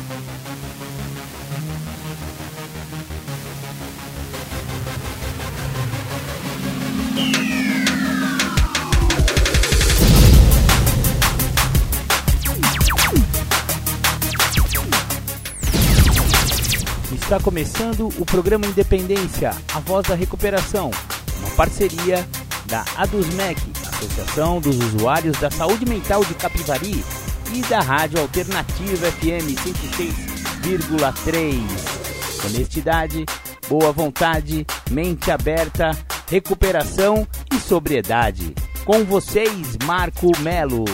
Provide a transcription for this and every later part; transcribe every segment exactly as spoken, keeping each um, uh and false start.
Está começando o programa Independência, a voz da recuperação, uma parceria da ADUSMEC, Associação dos Usuários da Saúde Mental de Capivari, e da Rádio Alternativa F M cento e seis vírgula três. Honestidade, boa vontade, mente aberta, recuperação e sobriedade. Com vocês, Marco Melo.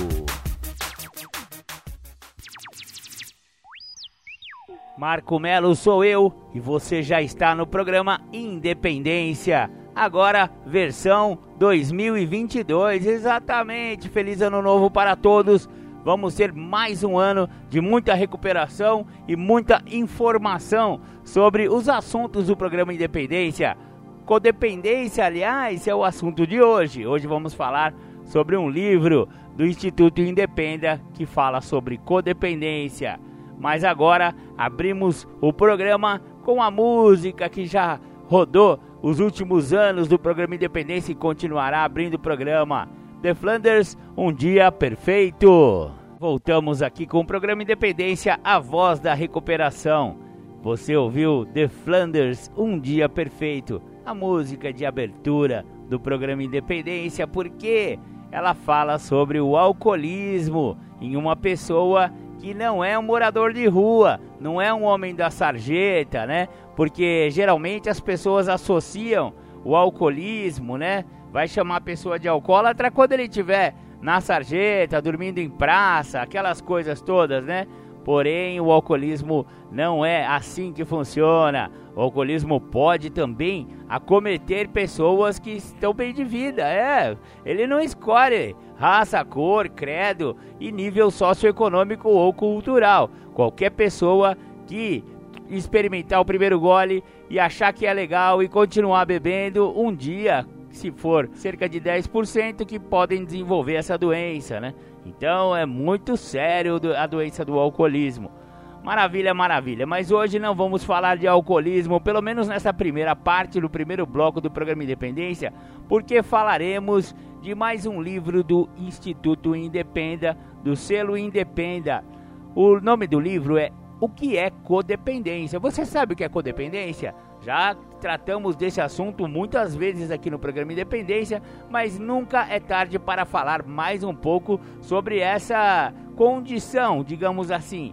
Marco Melo sou eu e você já está no programa Independência, agora versão dois mil e vinte e dois, exatamente. Feliz ano novo para todos. Vamos ter mais um ano de muita recuperação e muita informação sobre os assuntos do programa Independência. Codependência, aliás, é o assunto de hoje. Hoje vamos falar sobre um livro do Instituto Independa que fala sobre codependência. Mas agora abrimos o programa com a música que já rodou os últimos anos do programa Independência e continuará abrindo o programa. The Flanders, Um Dia Perfeito. Voltamos aqui com o programa Independência, a voz da recuperação. Você ouviu The Flanders, Um Dia Perfeito, a música de abertura do programa Independência, porque ela fala sobre o alcoolismo em uma pessoa que não é um morador de rua, não é um homem da sarjeta, né? Porque geralmente as pessoas associam o alcoolismo, né? Vai chamar a pessoa de alcoólatra quando ele estiver na sarjeta, dormindo em praça, aquelas coisas todas, né? Porém, o alcoolismo não é assim que funciona. O alcoolismo pode também acometer pessoas que estão bem de vida. É, ele não escolhe raça, cor, credo e nível socioeconômico ou cultural. Qualquer pessoa que experimentar o primeiro gole e achar que é legal e continuar bebendo, um dia, se for cerca de dez por cento, que podem desenvolver essa doença, né? Então é muito sério a doença do alcoolismo. Maravilha, maravilha. Mas hoje não vamos falar de alcoolismo, pelo menos nessa primeira parte, no primeiro bloco do programa Independência, porque falaremos de mais um livro do Instituto Independa, do selo Independa. O nome do livro é O que é Codependência? Você sabe o que é codependência? Já tratamos desse assunto muitas vezes aqui no programa Independência, mas nunca é tarde para falar mais um pouco sobre essa condição, digamos assim.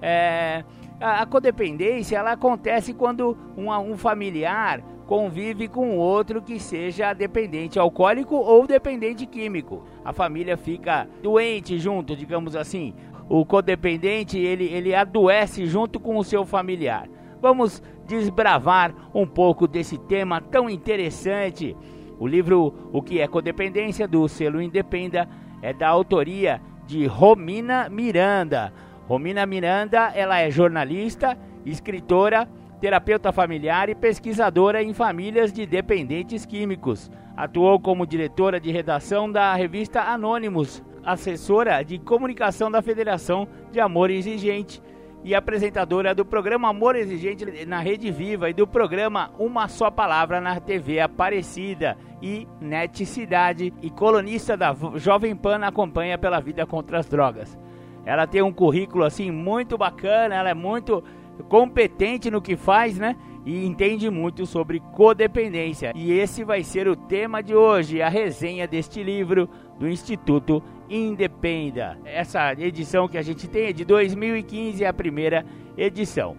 É, a, a codependência, ela acontece quando um, um familiar convive com outro que seja dependente alcoólico ou dependente químico. A família fica doente junto, digamos assim. O codependente, ele, ele adoece junto com o seu familiar. Vamos desbravar um pouco desse tema tão interessante. O livro O que é Codependência, do selo Independa, é da autoria de Romina Miranda. Romina Miranda, ela é jornalista, escritora, terapeuta familiar e pesquisadora em famílias de dependentes químicos. Atuou como diretora de redação da revista Anônimos, assessora de comunicação da Federação de Amor Exigente e apresentadora do programa Amor Exigente na Rede Viva e do programa Uma Só Palavra na T V Aparecida e Net Cidade, e colunista da Jovem Pan na Campanha pela Vida contra as Drogas. Ela tem um currículo assim muito bacana, ela é muito competente no que faz, né? E entende muito sobre codependência. E esse vai ser o tema de hoje, a resenha deste livro do Instituto Independa. Essa edição que a gente tem é de dois mil e quinze, é a primeira edição.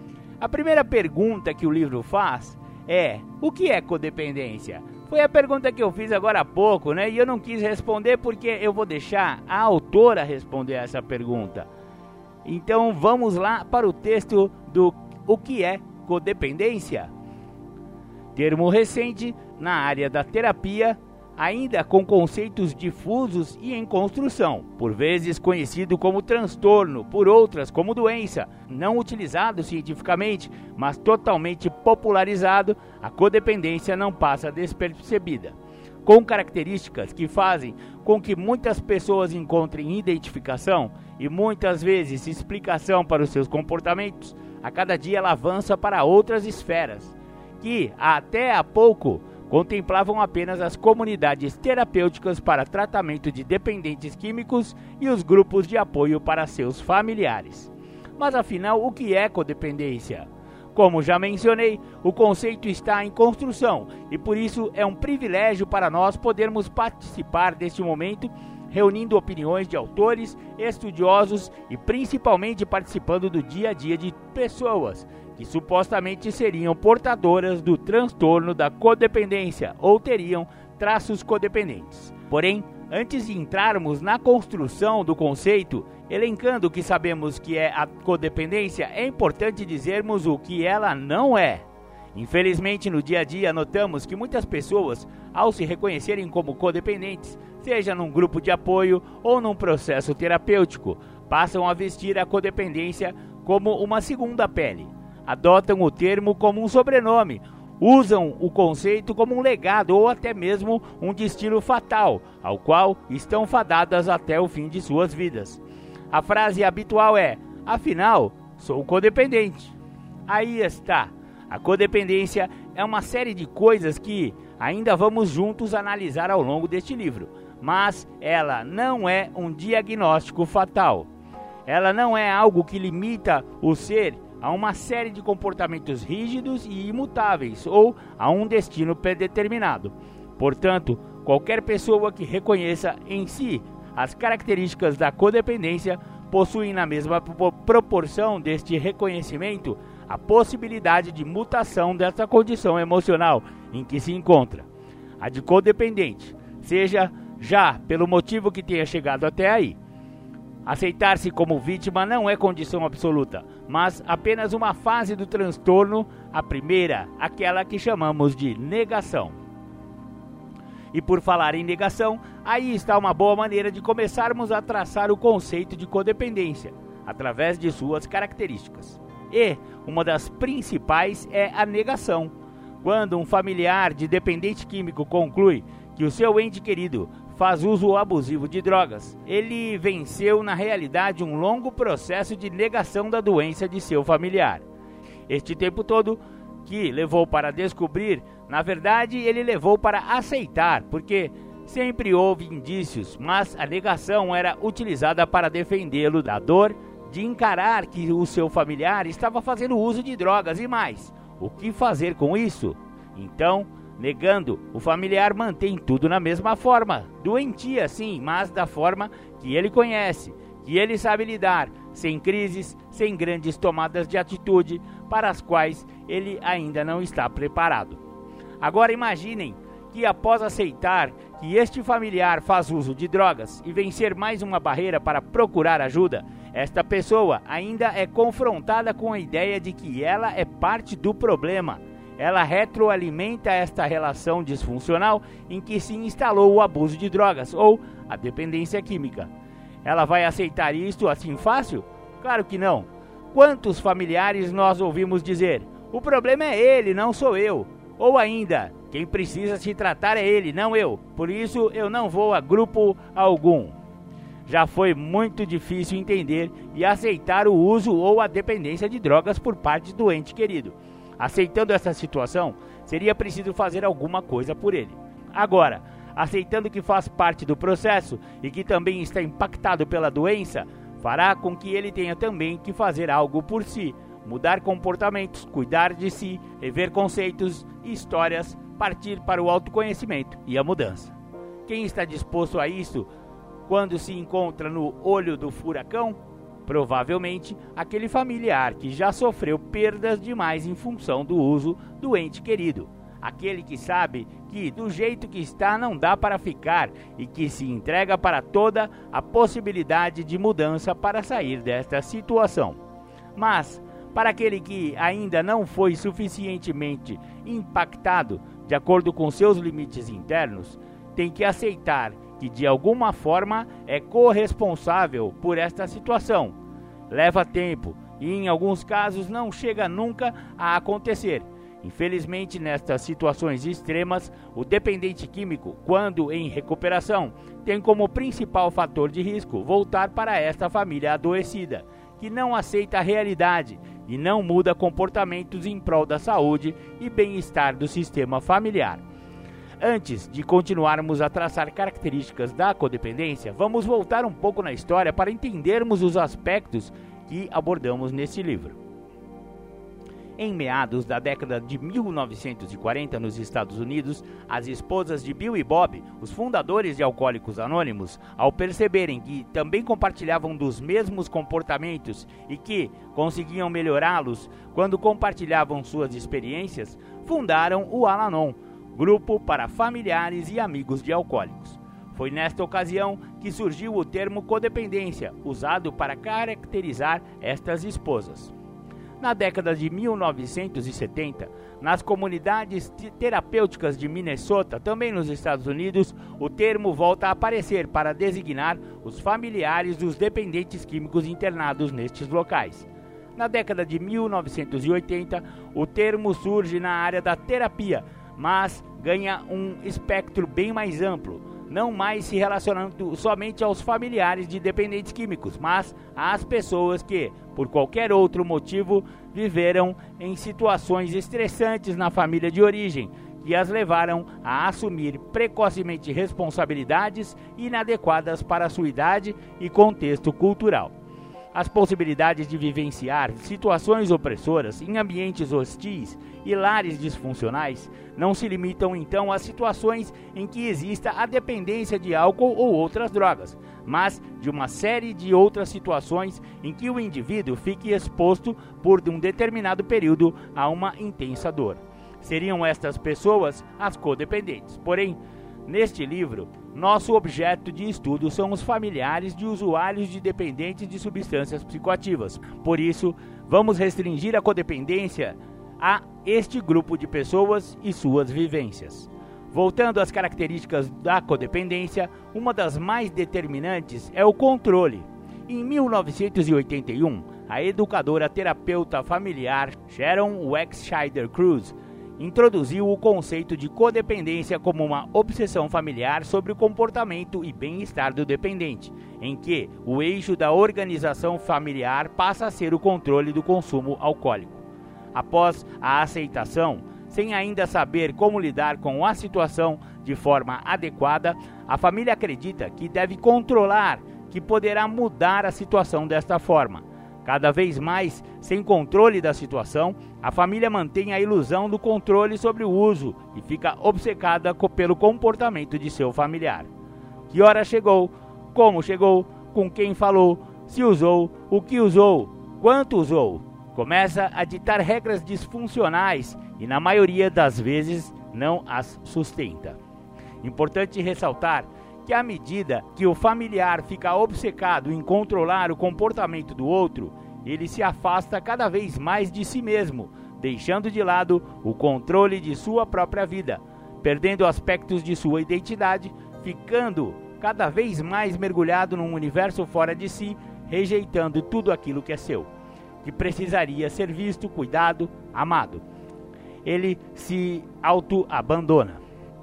A primeira pergunta que o livro faz é: o que é codependência? Foi a pergunta que eu fiz agora há pouco, né? E eu não quis responder porque eu vou deixar a autora responder essa pergunta. Então vamos lá para o texto do O que é Codependência. Termo recente na área da terapia, ainda com conceitos difusos e em construção, por vezes conhecido como transtorno, por outras como doença, não utilizado cientificamente, mas totalmente popularizado, a codependência não passa despercebida. Com características que fazem com que muitas pessoas encontrem identificação e muitas vezes explicação para os seus comportamentos, a cada dia ela avança para outras esferas, que até há pouco contemplavam apenas as comunidades terapêuticas para tratamento de dependentes químicos e os grupos de apoio para seus familiares. Mas afinal, o que é codependência? Como já mencionei, o conceito está em construção e por isso é um privilégio para nós podermos participar deste momento, reunindo opiniões de autores, estudiosos e principalmente participando do dia a dia de pessoas que supostamente seriam portadoras do transtorno da codependência ou teriam traços codependentes. Porém, antes de entrarmos na construção do conceito, elencando o que sabemos que é a codependência, é importante dizermos o que ela não é. Infelizmente, no dia a dia, notamos que muitas pessoas, ao se reconhecerem como codependentes, seja num grupo de apoio ou num processo terapêutico, passam a vestir a codependência como uma segunda pele. Adotam o termo como um sobrenome, usam o conceito como um legado ou até mesmo um destino fatal, ao qual estão fadadas até o fim de suas vidas. A frase habitual é: afinal, sou codependente. Aí está. A codependência é uma série de coisas que ainda vamos juntos analisar ao longo deste livro, mas ela não é um diagnóstico fatal. Ela não é algo que limita o ser a uma série de comportamentos rígidos e imutáveis ou a um destino predeterminado. Portanto, qualquer pessoa que reconheça em si as características da codependência possui na mesma proporção deste reconhecimento a possibilidade de mutação dessa condição emocional em que se encontra. A de codependente, seja já pelo motivo que tenha chegado até aí. Aceitar-se como vítima não é condição absoluta, mas apenas uma fase do transtorno, a primeira, aquela que chamamos de negação. E por falar em negação, aí está uma boa maneira de começarmos a traçar o conceito de codependência, através de suas características. E uma das principais é a negação. Quando um familiar de dependente químico conclui que o seu ente querido faz uso abusivo de drogas, ele venceu na realidade um longo processo de negação da doença de seu familiar. Este tempo todo que levou para descobrir, na verdade ele levou para aceitar, porque sempre houve indícios, mas a negação era utilizada para defendê-lo da dor de encarar que o seu familiar estava fazendo uso de drogas e mais. O que fazer com isso? Então, negando, o familiar mantém tudo na mesma forma, doentia sim, mas da forma que ele conhece, que ele sabe lidar, sem crises, sem grandes tomadas de atitude, para as quais ele ainda não está preparado. Agora imaginem que após aceitar que este familiar faz uso de drogas e vencer mais uma barreira para procurar ajuda, esta pessoa ainda é confrontada com a ideia de que ela é parte do problema. Ela retroalimenta esta relação disfuncional em que se instalou o abuso de drogas ou a dependência química. Ela vai aceitar isto assim fácil? Claro que não. Quantos familiares nós ouvimos dizer: o problema é ele, não sou eu. Ou ainda, quem precisa se tratar é ele, não eu. Por isso eu não vou a grupo algum. Já foi muito difícil entender e aceitar o uso ou a dependência de drogas por parte do ente querido. Aceitando essa situação, seria preciso fazer alguma coisa por ele. Agora, aceitando que faz parte do processo e que também está impactado pela doença, fará com que ele tenha também que fazer algo por si, mudar comportamentos, cuidar de si, rever conceitos e histórias, partir para o autoconhecimento e a mudança. Quem está disposto a isso quando se encontra no olho do furacão? Provavelmente aquele familiar que já sofreu perdas demais em função do uso do ente querido. Aquele que sabe que do jeito que está não dá para ficar e que se entrega para toda a possibilidade de mudança para sair desta situação. Mas, para aquele que ainda não foi suficientemente impactado de acordo com seus limites internos, tem que aceitar que de alguma forma é corresponsável por esta situação. Leva tempo e em alguns casos não chega nunca a acontecer. Infelizmente, nestas situações extremas, o dependente químico, quando em recuperação, tem como principal fator de risco voltar para esta família adoecida, que não aceita a realidade e não muda comportamentos em prol da saúde e bem-estar do sistema familiar. Antes de continuarmos a traçar características da codependência, vamos voltar um pouco na história para entendermos os aspectos que abordamos nesse livro. Em meados da década de mil novecentos e quarenta, nos Estados Unidos, as esposas de Bill e Bob, os fundadores de Alcoólicos Anônimos, ao perceberem que também compartilhavam dos mesmos comportamentos e que conseguiam melhorá-los quando compartilhavam suas experiências, fundaram o Al-Anon, grupo para familiares e amigos de alcoólicos. Foi nesta ocasião que surgiu o termo codependência, usado para caracterizar estas esposas. Na década de mil novecentos e setenta, nas comunidades terapêuticas de Minnesota, também nos Estados Unidos, o termo volta a aparecer para designar os familiares dos dependentes químicos internados nestes locais. Na década de mil novecentos e oitenta, o termo surge na área da terapia, mas ganha um espectro bem mais amplo, não mais se relacionando somente aos familiares de dependentes químicos, mas às pessoas que, por qualquer outro motivo, viveram em situações estressantes na família de origem, que as levaram a assumir precocemente responsabilidades inadequadas para a sua idade e contexto cultural. As possibilidades de vivenciar situações opressoras em ambientes hostis e lares disfuncionais não se limitam então a situações em que exista a dependência de álcool ou outras drogas, mas de uma série de outras situações em que o indivíduo fique exposto por um determinado período a uma intensa dor. Seriam estas pessoas as codependentes. Porém, neste livro, nosso objeto de estudo são os familiares de usuários de dependentes de substâncias psicoativas. Por isso, vamos restringir a codependência a este grupo de pessoas e suas vivências. Voltando às características da codependência, uma das mais determinantes é o controle. Em mil novecentos e oitenta e um, a educadora terapeuta familiar Sharon Wexscheider Cruz introduziu o conceito de codependência como uma obsessão familiar sobre o comportamento e bem-estar do dependente, em que o eixo da organização familiar passa a ser o controle do consumo alcoólico. Após a aceitação, sem ainda saber como lidar com a situação de forma adequada, a família acredita que deve controlar, que poderá mudar a situação desta forma. Cada vez mais, sem controle da situação, a família mantém a ilusão do controle sobre o uso e fica obcecada pelo comportamento de seu familiar. Que hora chegou, como chegou, com quem falou, se usou, o que usou, quanto usou. Começa a ditar regras disfuncionais e, na maioria das vezes, não as sustenta. Importante ressaltar que à medida que o familiar fica obcecado em controlar o comportamento do outro, ele se afasta cada vez mais de si mesmo, deixando de lado o controle de sua própria vida, perdendo aspectos de sua identidade, ficando cada vez mais mergulhado num universo fora de si, rejeitando tudo aquilo que é seu, que precisaria ser visto, cuidado, amado. Ele se auto-abandona.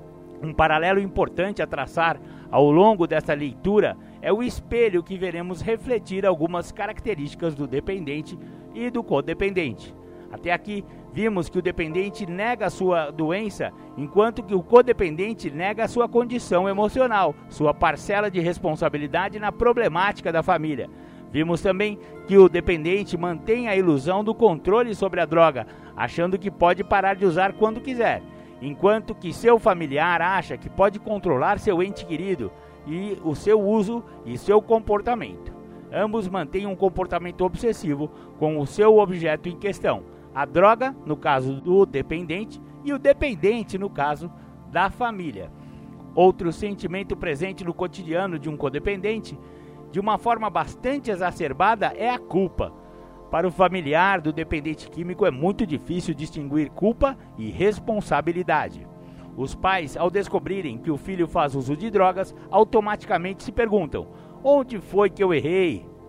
Um paralelo importante a traçar ao longo dessa leitura é o espelho que veremos refletir algumas características do dependente e do codependente. Até aqui, vimos que o dependente nega a sua doença, enquanto que o codependente nega a sua condição emocional, sua parcela de responsabilidade na problemática da família. Vimos também que o dependente mantém a ilusão do controle sobre a droga, achando que pode parar de usar quando quiser, enquanto que seu familiar acha que pode controlar seu ente querido e o seu uso e seu comportamento. Ambos mantêm um comportamento obsessivo com o seu objeto em questão, a droga, no caso do dependente, e o dependente, no caso da família. Outro sentimento presente no cotidiano de um codependente, de uma forma bastante exacerbada, é a culpa. Para o familiar do dependente químico é muito difícil distinguir culpa e responsabilidade. Os pais, ao descobrirem que o filho faz uso de drogas, automaticamente se perguntam: onde foi que eu errei?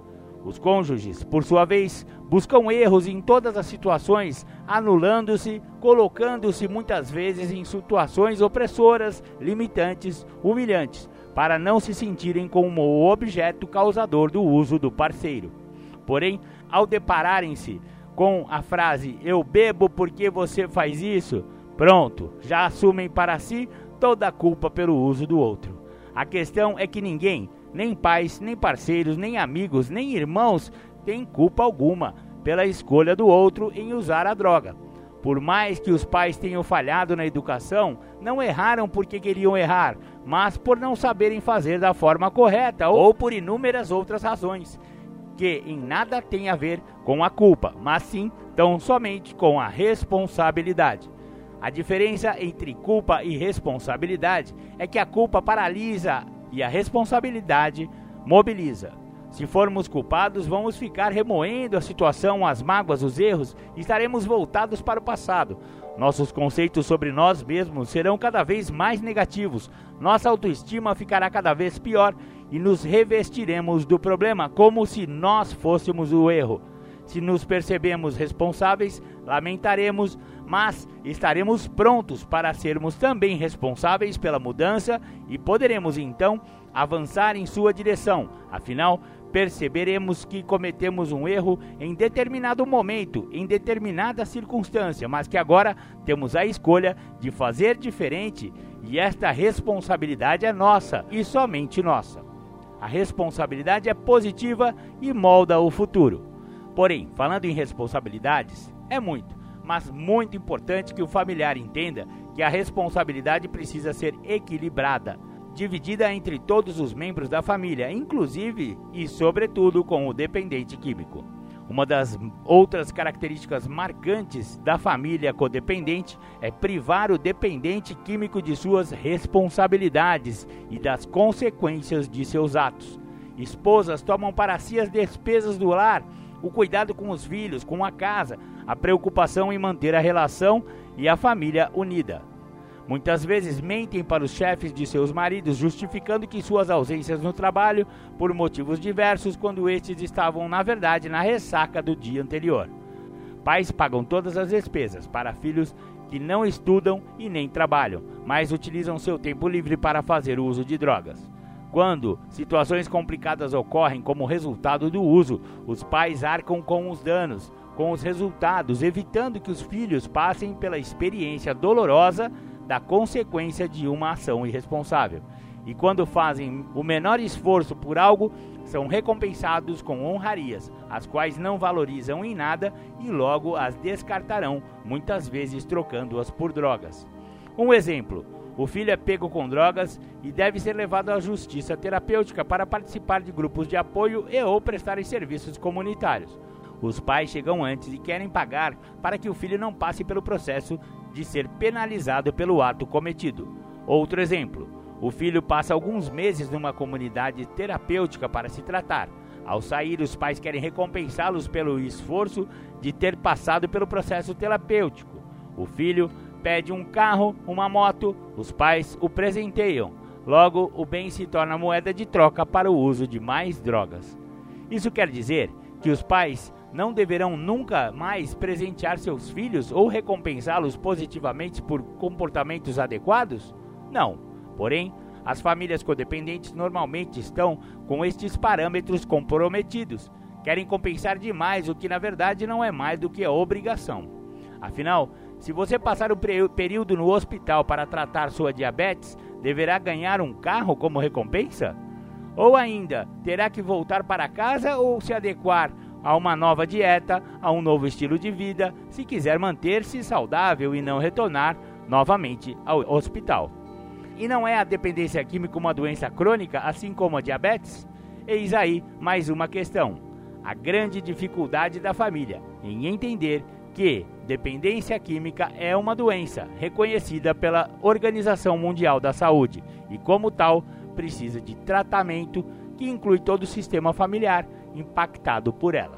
Os cônjuges, por sua vez, buscam erros em todas as situações, anulando-se, colocando-se muitas vezes em situações opressoras, limitantes, humilhantes, para não se sentirem como o objeto causador do uso do parceiro. Porém, ao depararem-se com a frase "eu bebo porque você faz isso", pronto, já assumem para si toda a culpa pelo uso do outro. A questão é que ninguém, nem pais, nem parceiros, nem amigos, nem irmãos, tem culpa alguma pela escolha do outro em usar a droga. Por mais que os pais tenham falhado na educação, não erraram porque queriam errar, mas por não saberem fazer da forma correta ou por inúmeras outras razões, que em nada tem a ver com a culpa, mas sim tão somente com a responsabilidade. A diferença entre culpa e responsabilidade é que a culpa paralisa e a responsabilidade mobiliza. Se formos culpados, vamos ficar remoendo a situação, as mágoas, os erros, e estaremos voltados para o passado. Nossos conceitos sobre nós mesmos serão cada vez mais negativos, nossa autoestima ficará cada vez pior e nos revestiremos do problema como se nós fôssemos o erro. Se nos percebemos responsáveis, lamentaremos, mas estaremos prontos para sermos também responsáveis pela mudança e poderemos então avançar em sua direção. Afinal, perceberemos que cometemos um erro em determinado momento, em determinada circunstância, mas que agora temos a escolha de fazer diferente e esta responsabilidade é nossa e somente nossa. A responsabilidade é positiva e molda o futuro. Porém, falando em responsabilidades, é muito, mas muito importante que o familiar entenda que a responsabilidade precisa ser equilibrada, dividida entre todos os membros da família, inclusive e sobretudo com o dependente químico. Uma das outras características marcantes da família codependente é privar o dependente químico de suas responsabilidades e das consequências de seus atos. Esposas tomam para si as despesas do lar, o cuidado com os filhos, com a casa, a preocupação em manter a relação e a família unida. Muitas vezes mentem para os chefes de seus maridos, justificando que suas ausências no trabalho por motivos diversos, quando estes estavam, na verdade, na ressaca do dia anterior. Pais pagam todas as despesas para filhos que não estudam e nem trabalham, mas utilizam seu tempo livre para fazer uso de drogas. Quando situações complicadas ocorrem como resultado do uso, os pais arcam com os danos, com os resultados, evitando que os filhos passem pela experiência dolorosa da consequência de uma ação irresponsável. E quando fazem o menor esforço por algo, são recompensados com honrarias, as quais não valorizam em nada e logo as descartarão, muitas vezes trocando-as por drogas. Um exemplo: o filho é pego com drogas e deve ser levado à justiça terapêutica para participar de grupos de apoio e ou prestar serviços comunitários. Os pais chegam antes e querem pagar para que o filho não passe pelo processo de ser penalizado pelo ato cometido. Outro exemplo: o filho passa alguns meses numa comunidade terapêutica para se tratar. Ao sair, os pais querem recompensá-los pelo esforço de ter passado pelo processo terapêutico. O filho pede um carro, uma moto, os pais o presenteiam. Logo, o bem se torna moeda de troca para o uso de mais drogas. Isso quer dizer que os pais não deverão nunca mais presentear seus filhos ou recompensá-los positivamente por comportamentos adequados? Não. Porém, as famílias codependentes normalmente estão com estes parâmetros comprometidos. Querem compensar demais, o que na verdade não é mais do que a obrigação. Afinal, se você passar o período no hospital para tratar sua diabetes, deverá ganhar um carro como recompensa? Ou ainda, terá que voltar para casa ou se adequar a uma nova dieta, a um novo estilo de vida, se quiser manter-se saudável e não retornar novamente ao hospital. E não é a dependência química uma doença crônica, assim como a diabetes? Eis aí mais uma questão: a grande dificuldade da família em entender que dependência química é uma doença reconhecida pela Organização Mundial da Saúde e, como tal, precisa de tratamento que inclui todo o sistema familiar impactado por ela.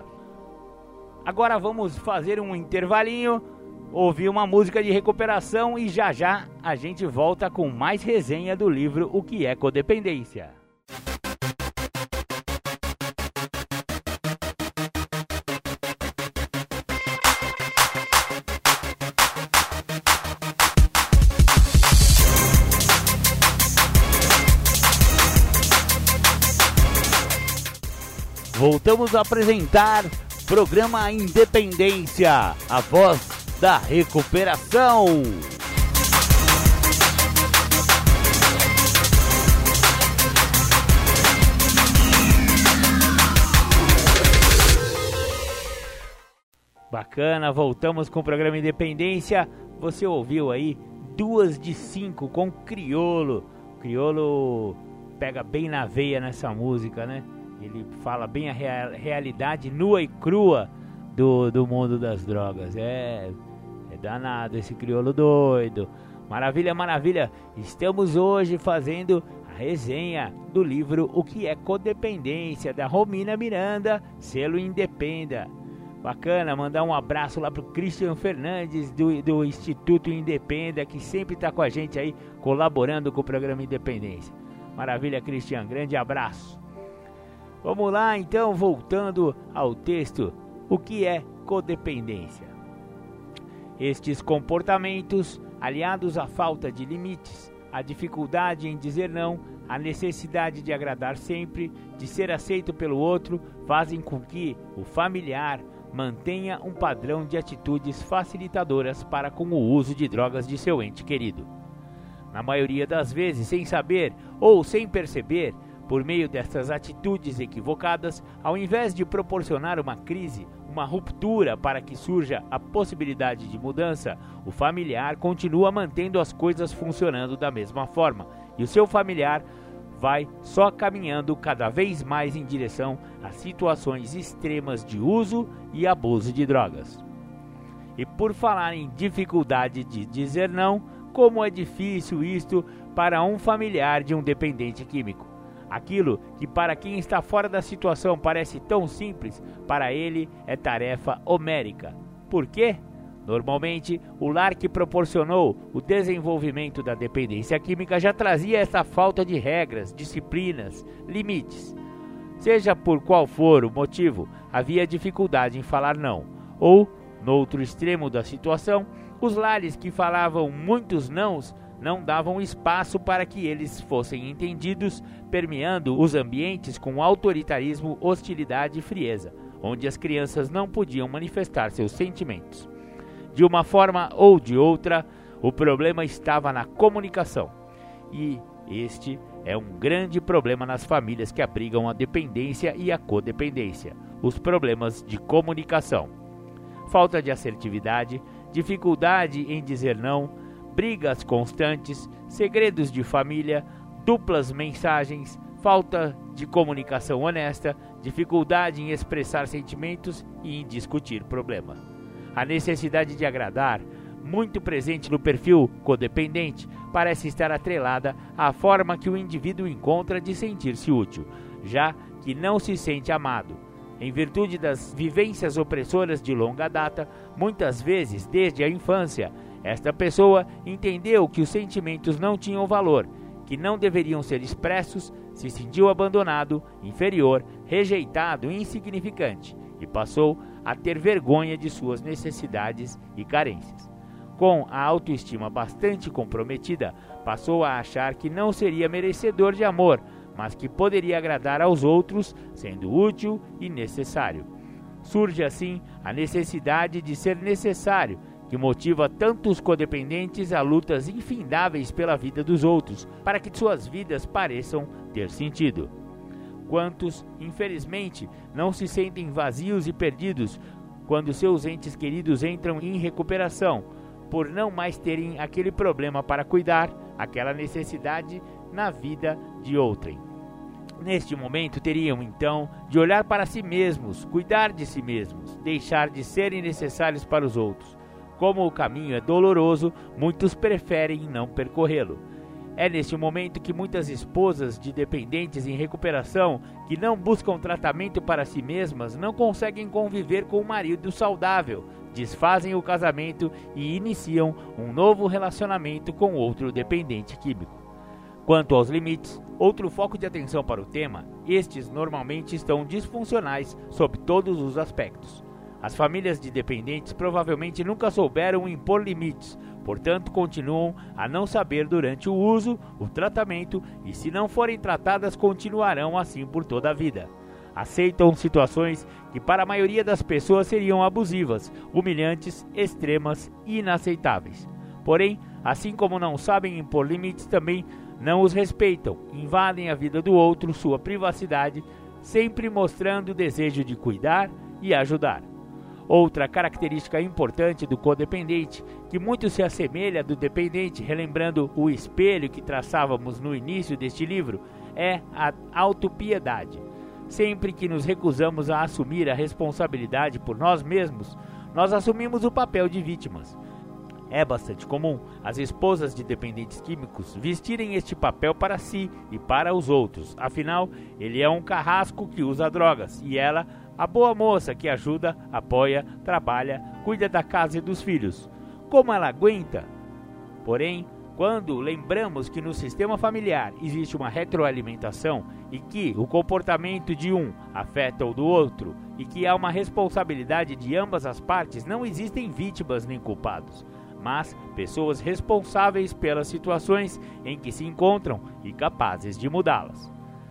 Agora vamos fazer um intervalinho, ouvir uma música de recuperação e já já a gente volta com mais resenha do livro O que é Codependência. voltamos a apresentar Programa Independência, a voz da recuperação. Bacana, voltamos com o Programa Independência. Você ouviu aí Duas de Cinco com Criolo. Criolo pega bem na veia nessa música, né? Ele fala bem a real, realidade nua e crua do, do mundo das drogas. É, é danado esse Criolo doido. Maravilha, maravilha. Estamos hoje fazendo a resenha do livro O que é Codependência, da Romina Miranda, selo Independa. Bacana, mandar um abraço lá pro Christian Fernandes do, do Instituto Independa, que sempre está com a gente aí, colaborando com o Programa Independência. Maravilha, Christian, grande abraço. Vamos lá, então, voltando ao texto, o que é codependência? Estes comportamentos, aliados à falta de limites, à dificuldade em dizer não, à necessidade de agradar sempre, de ser aceito pelo outro, fazem com que o familiar mantenha um padrão de atitudes facilitadoras para com o uso de drogas de seu ente querido. Na maioria das vezes, sem saber ou sem perceber, por meio dessas atitudes equivocadas, ao invés de proporcionar uma crise, uma ruptura para que surja a possibilidade de mudança, o familiar continua mantendo as coisas funcionando da mesma forma, e o seu familiar vai só caminhando cada vez mais em direção a situações extremas de uso e abuso de drogas. E por falar em dificuldade de dizer não, como é difícil isto para um familiar de um dependente químico. Aquilo que para quem está fora da situação parece tão simples, para ele é tarefa homérica. Por quê? Normalmente, o lar que proporcionou o desenvolvimento da dependência química já trazia essa falta de regras, disciplinas, limites. Seja por qual for o motivo, havia dificuldade em falar não. Ou, no outro extremo da situação, os lares que falavam muitos nãos não davam espaço para que eles fossem entendidos, permeando os ambientes com autoritarismo, hostilidade e frieza, onde as crianças não podiam manifestar seus sentimentos. De uma forma ou de outra, o problema estava na comunicação. E este é um grande problema nas famílias que abrigam a dependência e a codependência, os problemas de comunicação. Falta de assertividade, dificuldade em dizer não, brigas constantes, segredos de família, duplas mensagens, falta de comunicação honesta, dificuldade em expressar sentimentos e em discutir problema. A necessidade de agradar, muito presente no perfil codependente, parece estar atrelada à forma que o indivíduo encontra de sentir-se útil, já que não se sente amado. Em virtude das vivências opressoras de longa data, muitas vezes desde a infância, esta pessoa entendeu que os sentimentos não tinham valor, que não deveriam ser expressos, se sentiu abandonado, inferior, rejeitado e insignificante, e passou a ter vergonha de suas necessidades e carências. Com a autoestima bastante comprometida, passou a achar que não seria merecedor de amor, mas que poderia agradar aos outros, sendo útil e necessário. Surge assim a necessidade de ser necessário, que motiva tantos codependentes a lutas infindáveis pela vida dos outros, para que suas vidas pareçam ter sentido. Quantos, infelizmente, não se sentem vazios e perdidos quando seus entes queridos entram em recuperação, por não mais terem aquele problema para cuidar, aquela necessidade na vida de outrem. Neste momento teriam, então, de olhar para si mesmos, cuidar de si mesmos, deixar de serem necessários para os outros. Como o caminho é doloroso, muitos preferem não percorrê-lo. É neste momento que muitas esposas de dependentes em recuperação que não buscam tratamento para si mesmas não conseguem conviver com o marido saudável, desfazem o casamento e iniciam um novo relacionamento com outro dependente químico. Quanto aos limites, outro foco de atenção para o tema, estes normalmente estão disfuncionais sob todos os aspectos. As famílias de dependentes provavelmente nunca souberam impor limites, portanto continuam a não saber durante o uso, o tratamento e, se não forem tratadas, continuarão assim por toda a vida. aceitam situações que para a maioria das pessoas seriam abusivas, humilhantes, extremas e inaceitáveis. Porém, assim como não sabem impor limites, também não os respeitam, invadem a vida do outro, sua privacidade, sempre mostrando o desejo de cuidar e ajudar. Outra característica importante do codependente, que muito se assemelha do dependente, relembrando o espelho que traçávamos no início deste livro, é a autopiedade. Sempre que nos recusamos a assumir a responsabilidade por nós mesmos, nós assumimos o papel de vítimas. É bastante comum as esposas de dependentes químicos vestirem este papel para si e para os outros. Afinal, ele é um carrasco que usa drogas e ela, a boa moça que ajuda, apoia, trabalha, cuida da casa e dos filhos. Como ela aguenta? Porém, quando lembramos que no sistema familiar existe uma retroalimentação e que o comportamento de um afeta o do outro e que há uma responsabilidade de ambas as partes, não existem vítimas nem culpados, mas pessoas responsáveis pelas situações em que se encontram e capazes de mudá-las.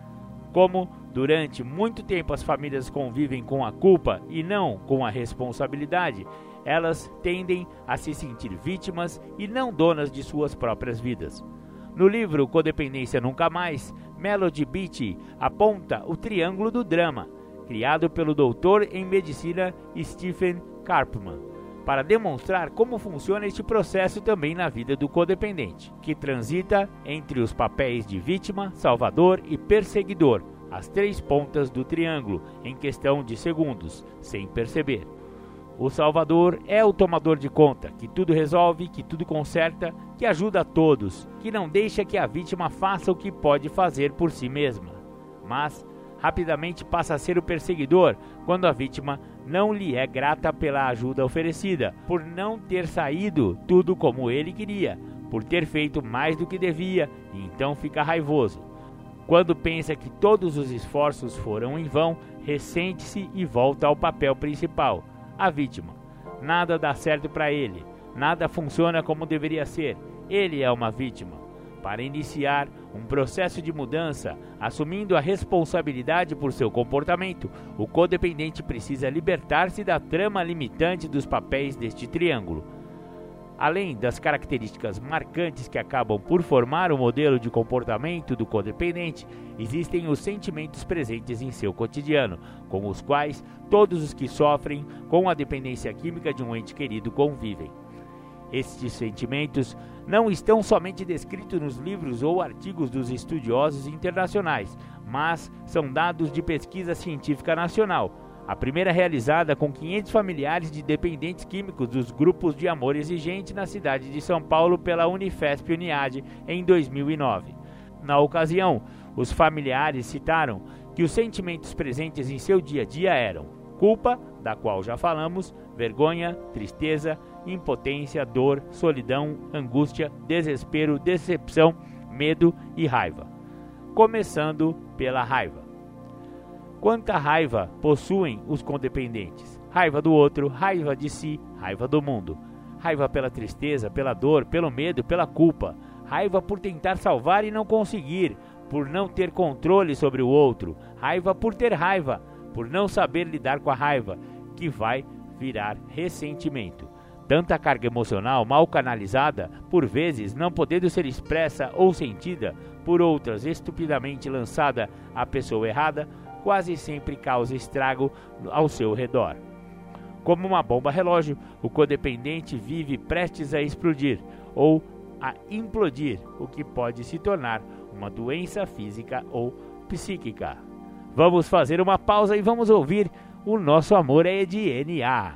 Como durante muito tempo as famílias convivem com a culpa e não com a responsabilidade, elas tendem a se sentir vítimas e não donas de suas próprias vidas. No livro Codependência Nunca Mais, Melody Beattie aponta o triângulo do drama, criado pelo doutor em medicina Stephen Karpman, para demonstrar como funciona este processo também na vida do codependente, que transita entre os papéis de vítima, salvador e perseguidor, as três pontas do triângulo, em questão de segundos, sem perceber. O salvador é o tomador de conta, que tudo resolve, que tudo conserta, que ajuda a todos, que não deixa que a vítima faça o que pode fazer por si mesma. Mas rapidamente passa a ser o perseguidor quando a vítima não lhe é grata pela ajuda oferecida, por não ter saído tudo como ele queria, por ter feito mais do que devia, e então fica raivoso. Quando pensa que todos os esforços foram em vão, ressente-se e volta ao papel principal, a vítima. Nada dá certo para ele, nada funciona como deveria ser, ele é uma vítima. Para iniciar um processo de mudança, assumindo a responsabilidade por seu comportamento, o codependente precisa libertar-se da trama limitante dos papéis deste triângulo. Além das características marcantes que acabam por formar o modelo de comportamento do codependente, existem os sentimentos presentes em seu cotidiano, com os quais todos os que sofrem com a dependência química de um ente querido convivem. Estes sentimentos não estão somente descritos nos livros ou artigos dos estudiosos internacionais, mas são dados de pesquisa científica nacional, a primeira realizada com quinhentos familiares de dependentes químicos dos grupos de amor exigente na cidade de São Paulo pela Unifesp-Uniad em dois mil e nove. Na ocasião, os familiares citaram que os sentimentos presentes em seu dia a dia eram culpa, da qual já falamos, vergonha, tristeza, impotência, dor, solidão, angústia, desespero, decepção, medo e raiva. Começando pela raiva. Quanta raiva possuem os codependentes? Raiva do outro, raiva de si, raiva do mundo. Raiva pela tristeza, pela dor, pelo medo, pela culpa. Raiva por tentar salvar e não conseguir, por não ter controle sobre o outro. Raiva por ter raiva, por não saber lidar com a raiva, que vai virar ressentimento. Tanta carga emocional mal canalizada, por vezes não podendo ser expressa ou sentida, por outras estupidamente lançada à pessoa errada, quase sempre causa estrago ao seu redor. Como uma bomba relógio, o codependente vive prestes a explodir ou a implodir, o que pode se tornar uma doença física ou psíquica. Vamos fazer uma pausa e vamos ouvir O Nosso Amor é de N A.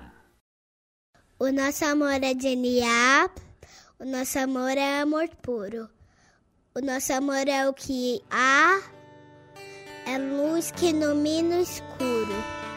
O nosso amor é de N A, o nosso amor é amor puro. O nosso amor é o que há, é luz que ilumina o escuro.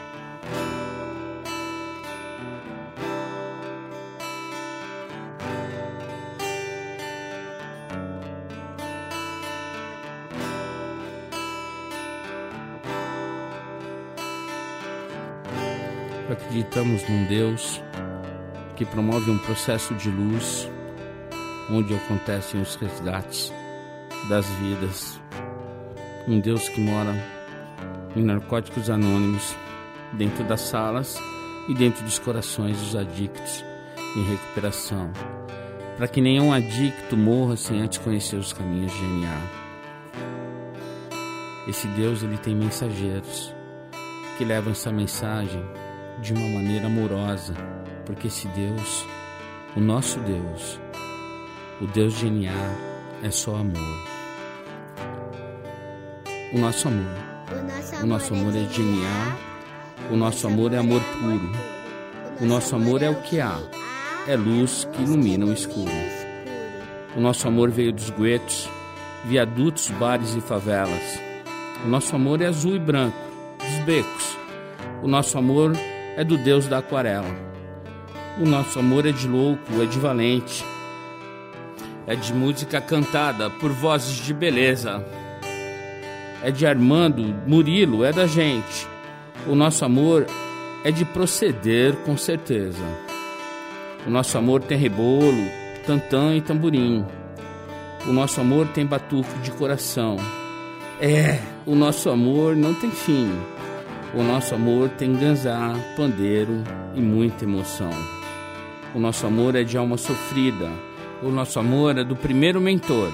Acreditamos num Deus que promove um processo de luz onde acontecem os resgates das vidas. Um Deus que mora em Narcóticos Anônimos, dentro das salas e dentro dos corações dos adictos em recuperação, para que nenhum adicto morra sem antes conhecer os caminhos de N A. Esse Deus, ele tem mensageiros que levam essa mensagem de uma maneira amorosa, porque esse Deus, o nosso Deus, o Deus de N A, é só amor. O nosso amor, o nosso amor é de N A, o nosso amor é amor puro, o nosso amor é o que há, é luz que ilumina o escuro. O nosso amor veio dos guetos, viadutos, bares e favelas. O nosso amor é azul e branco, dos becos. O nosso amor é do Deus da aquarela. O nosso amor é de louco, é de valente. É de música cantada por vozes de beleza. É de Armando, Murilo, é da gente. O nosso amor é de proceder com certeza. O nosso amor tem rebolo, tantã e tamborim. O nosso amor tem batuque de coração. É, o nosso amor não tem fim. O nosso amor tem ganzá, pandeiro e muita emoção. O nosso amor é de alma sofrida. O nosso amor é do primeiro mentor.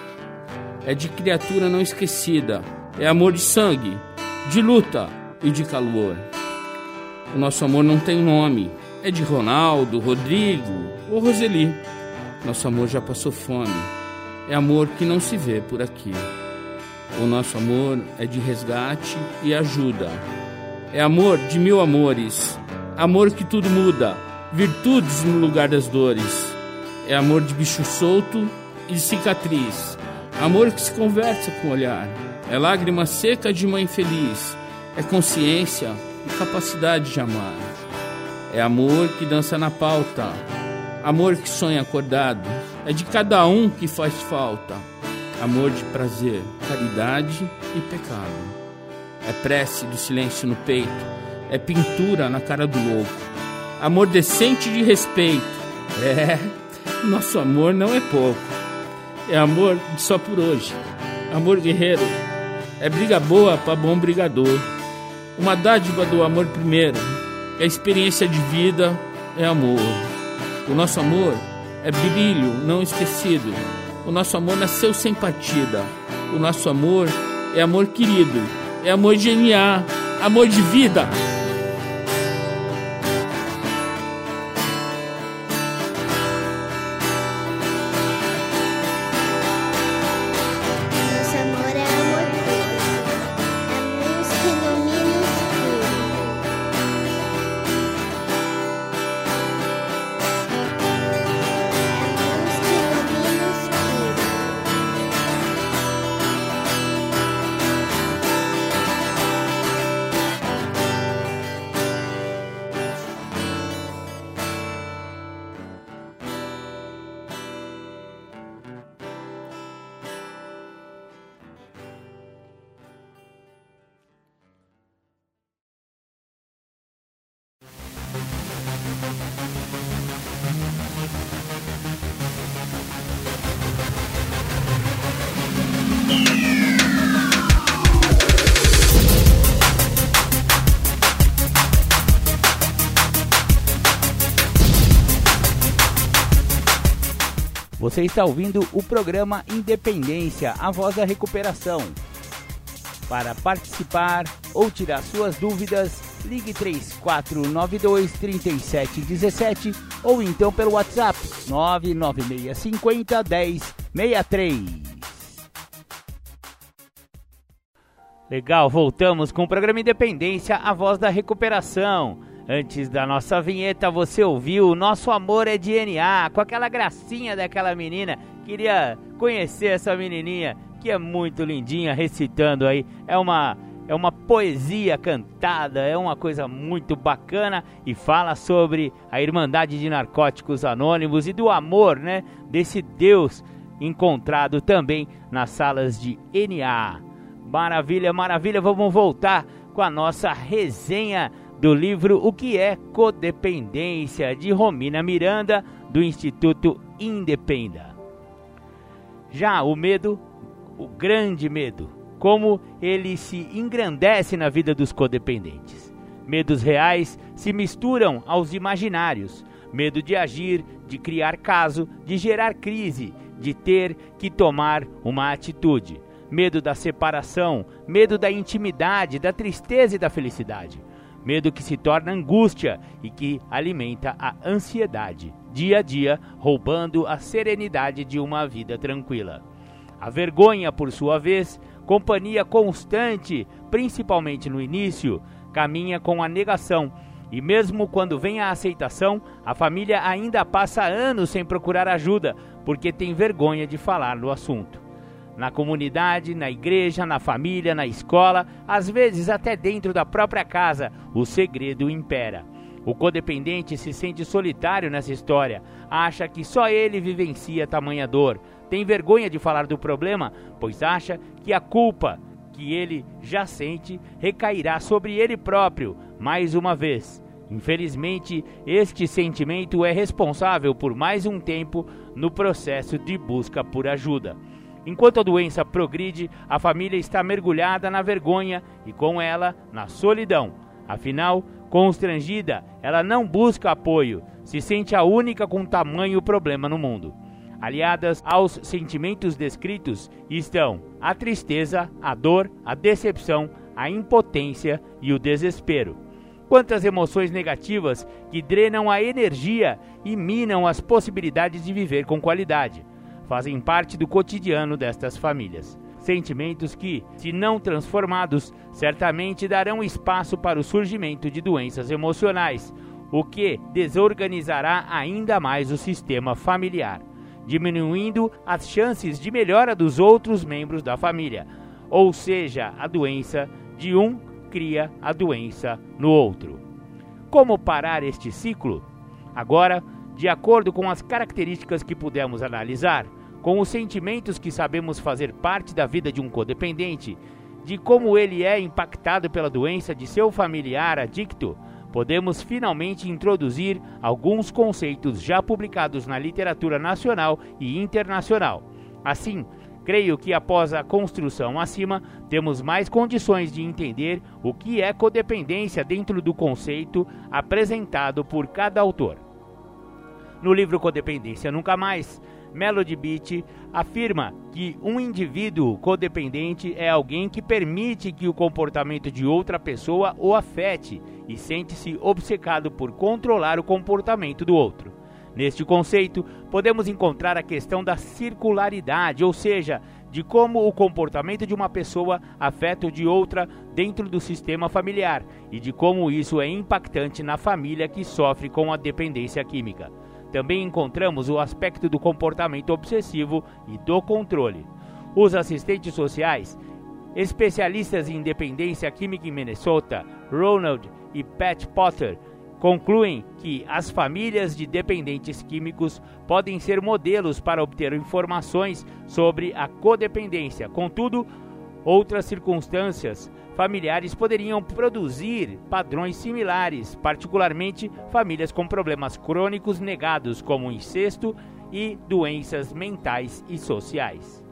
É de criatura não esquecida. É amor de sangue, de luta e de calor. O nosso amor não tem nome. É de Ronaldo, Rodrigo ou Roseli. Nosso amor já passou fome. É amor que não se vê por aqui. O nosso amor é de resgate e ajuda. É amor de mil amores. Amor que tudo muda. Virtudes no lugar das dores. É amor de bicho solto e de cicatriz. Amor que se conversa com o olhar. É lágrima seca de mãe feliz. É consciência e capacidade de amar. É amor que dança na pauta. Amor que sonha acordado. É de cada um que faz falta. Amor de prazer, caridade e pecado. É prece do silêncio no peito. É pintura na cara do louco. Amor decente de respeito. É, nosso amor não é pouco. É amor só por hoje. Amor guerreiro. É briga boa para bom brigador. Uma dádiva do amor primeiro. É experiência de vida, é amor. O nosso amor é brilho não esquecido. O nosso amor nasceu sem partida. O nosso amor é amor querido. É amor de N A, amor de vida. Nosso amor é amor puro. É luz que ilumina o escuro. É luz que ilumina o escuro. Você está ouvindo o programa Independência, a voz da recuperação. Para participar ou tirar suas dúvidas, ligue três quatro nove dois, três sete um sete ou então pelo WhatsApp nove nove seis cinco zero, um zero seis três. Legal, voltamos com o programa Independência, a voz da recuperação. Antes da nossa vinheta, você ouviu Nosso Amor é de N A, com aquela gracinha daquela menina. Queria conhecer essa menininha, que é muito lindinha, recitando aí. É uma, é uma poesia cantada, é uma coisa muito bacana e fala sobre a Irmandade de Narcóticos Anônimos e do amor, né, desse Deus encontrado também nas salas de N A. Maravilha, maravilha, vamos voltar com a nossa resenha do livro O que é Codependência, de Romina Miranda, do Instituto Independa. Já o medo, o grande medo, como ele se engrandece na vida dos codependentes. Medos reais se misturam aos imaginários. Medo de agir, de criar caso, de gerar crise, de ter que tomar uma atitude. Medo da separação, medo da intimidade, da tristeza e da felicidade. Medo que se torna angústia e que alimenta a ansiedade, dia a dia, roubando a serenidade de uma vida tranquila. A vergonha, por sua vez, companhia constante, principalmente no início, caminha com a negação. E mesmo quando vem a aceitação, a família ainda passa anos sem procurar ajuda, porque tem vergonha de falar no assunto. Na comunidade, na igreja, na família, na escola, às vezes até dentro da própria casa, o segredo impera. O codependente se sente solitário nessa história, acha que só ele vivencia tamanha dor, tem vergonha de falar do problema, pois acha que a culpa que ele já sente recairá sobre ele próprio, mais uma vez. Infelizmente, este sentimento é responsável por mais um tempo no processo de busca por ajuda. Enquanto a doença progride, a família está mergulhada na vergonha e, com ela, na solidão. Afinal, constrangida, ela não busca apoio, se sente a única com tamanho problema no mundo. Aliadas aos sentimentos descritos estão a tristeza, a dor, a decepção, a impotência e o desespero. Quantas emoções negativas que drenam a energia e minam as possibilidades de viver com qualidade. Fazem parte do cotidiano destas famílias. Sentimentos que, se não transformados, certamente darão espaço para o surgimento de doenças emocionais, o que desorganizará ainda mais o sistema familiar, diminuindo as chances de melhora dos outros membros da família. Ou seja, a doença de um cria a doença no outro. Como parar este ciclo? Agora, de acordo com as características que pudemos analisar, com os sentimentos que sabemos fazer parte da vida de um codependente, de como ele é impactado pela doença de seu familiar adicto, podemos finalmente introduzir alguns conceitos já publicados na literatura nacional e internacional. Assim, creio que após a construção acima, temos mais condições de entender o que é codependência dentro do conceito apresentado por cada autor. No livro Codependência Nunca Mais, Melody Beattie afirma que um indivíduo codependente é alguém que permite que o comportamento de outra pessoa o afete e sente-se obcecado por controlar o comportamento do outro. Neste conceito, podemos encontrar a questão da circularidade, ou seja, de como o comportamento de uma pessoa afeta o de outra dentro do sistema familiar e de como isso é impactante na família que sofre com a dependência química. Também encontramos o aspecto do comportamento obsessivo e do controle. Os assistentes sociais, especialistas em dependência química em Minnesota, Ronald e Pat Potter, concluem que as famílias de dependentes químicos podem ser modelos para obter informações sobre a codependência. Contudo, outras circunstâncias familiares poderiam produzir padrões similares, particularmente famílias com problemas crônicos negados, como incesto e doenças mentais e sociais.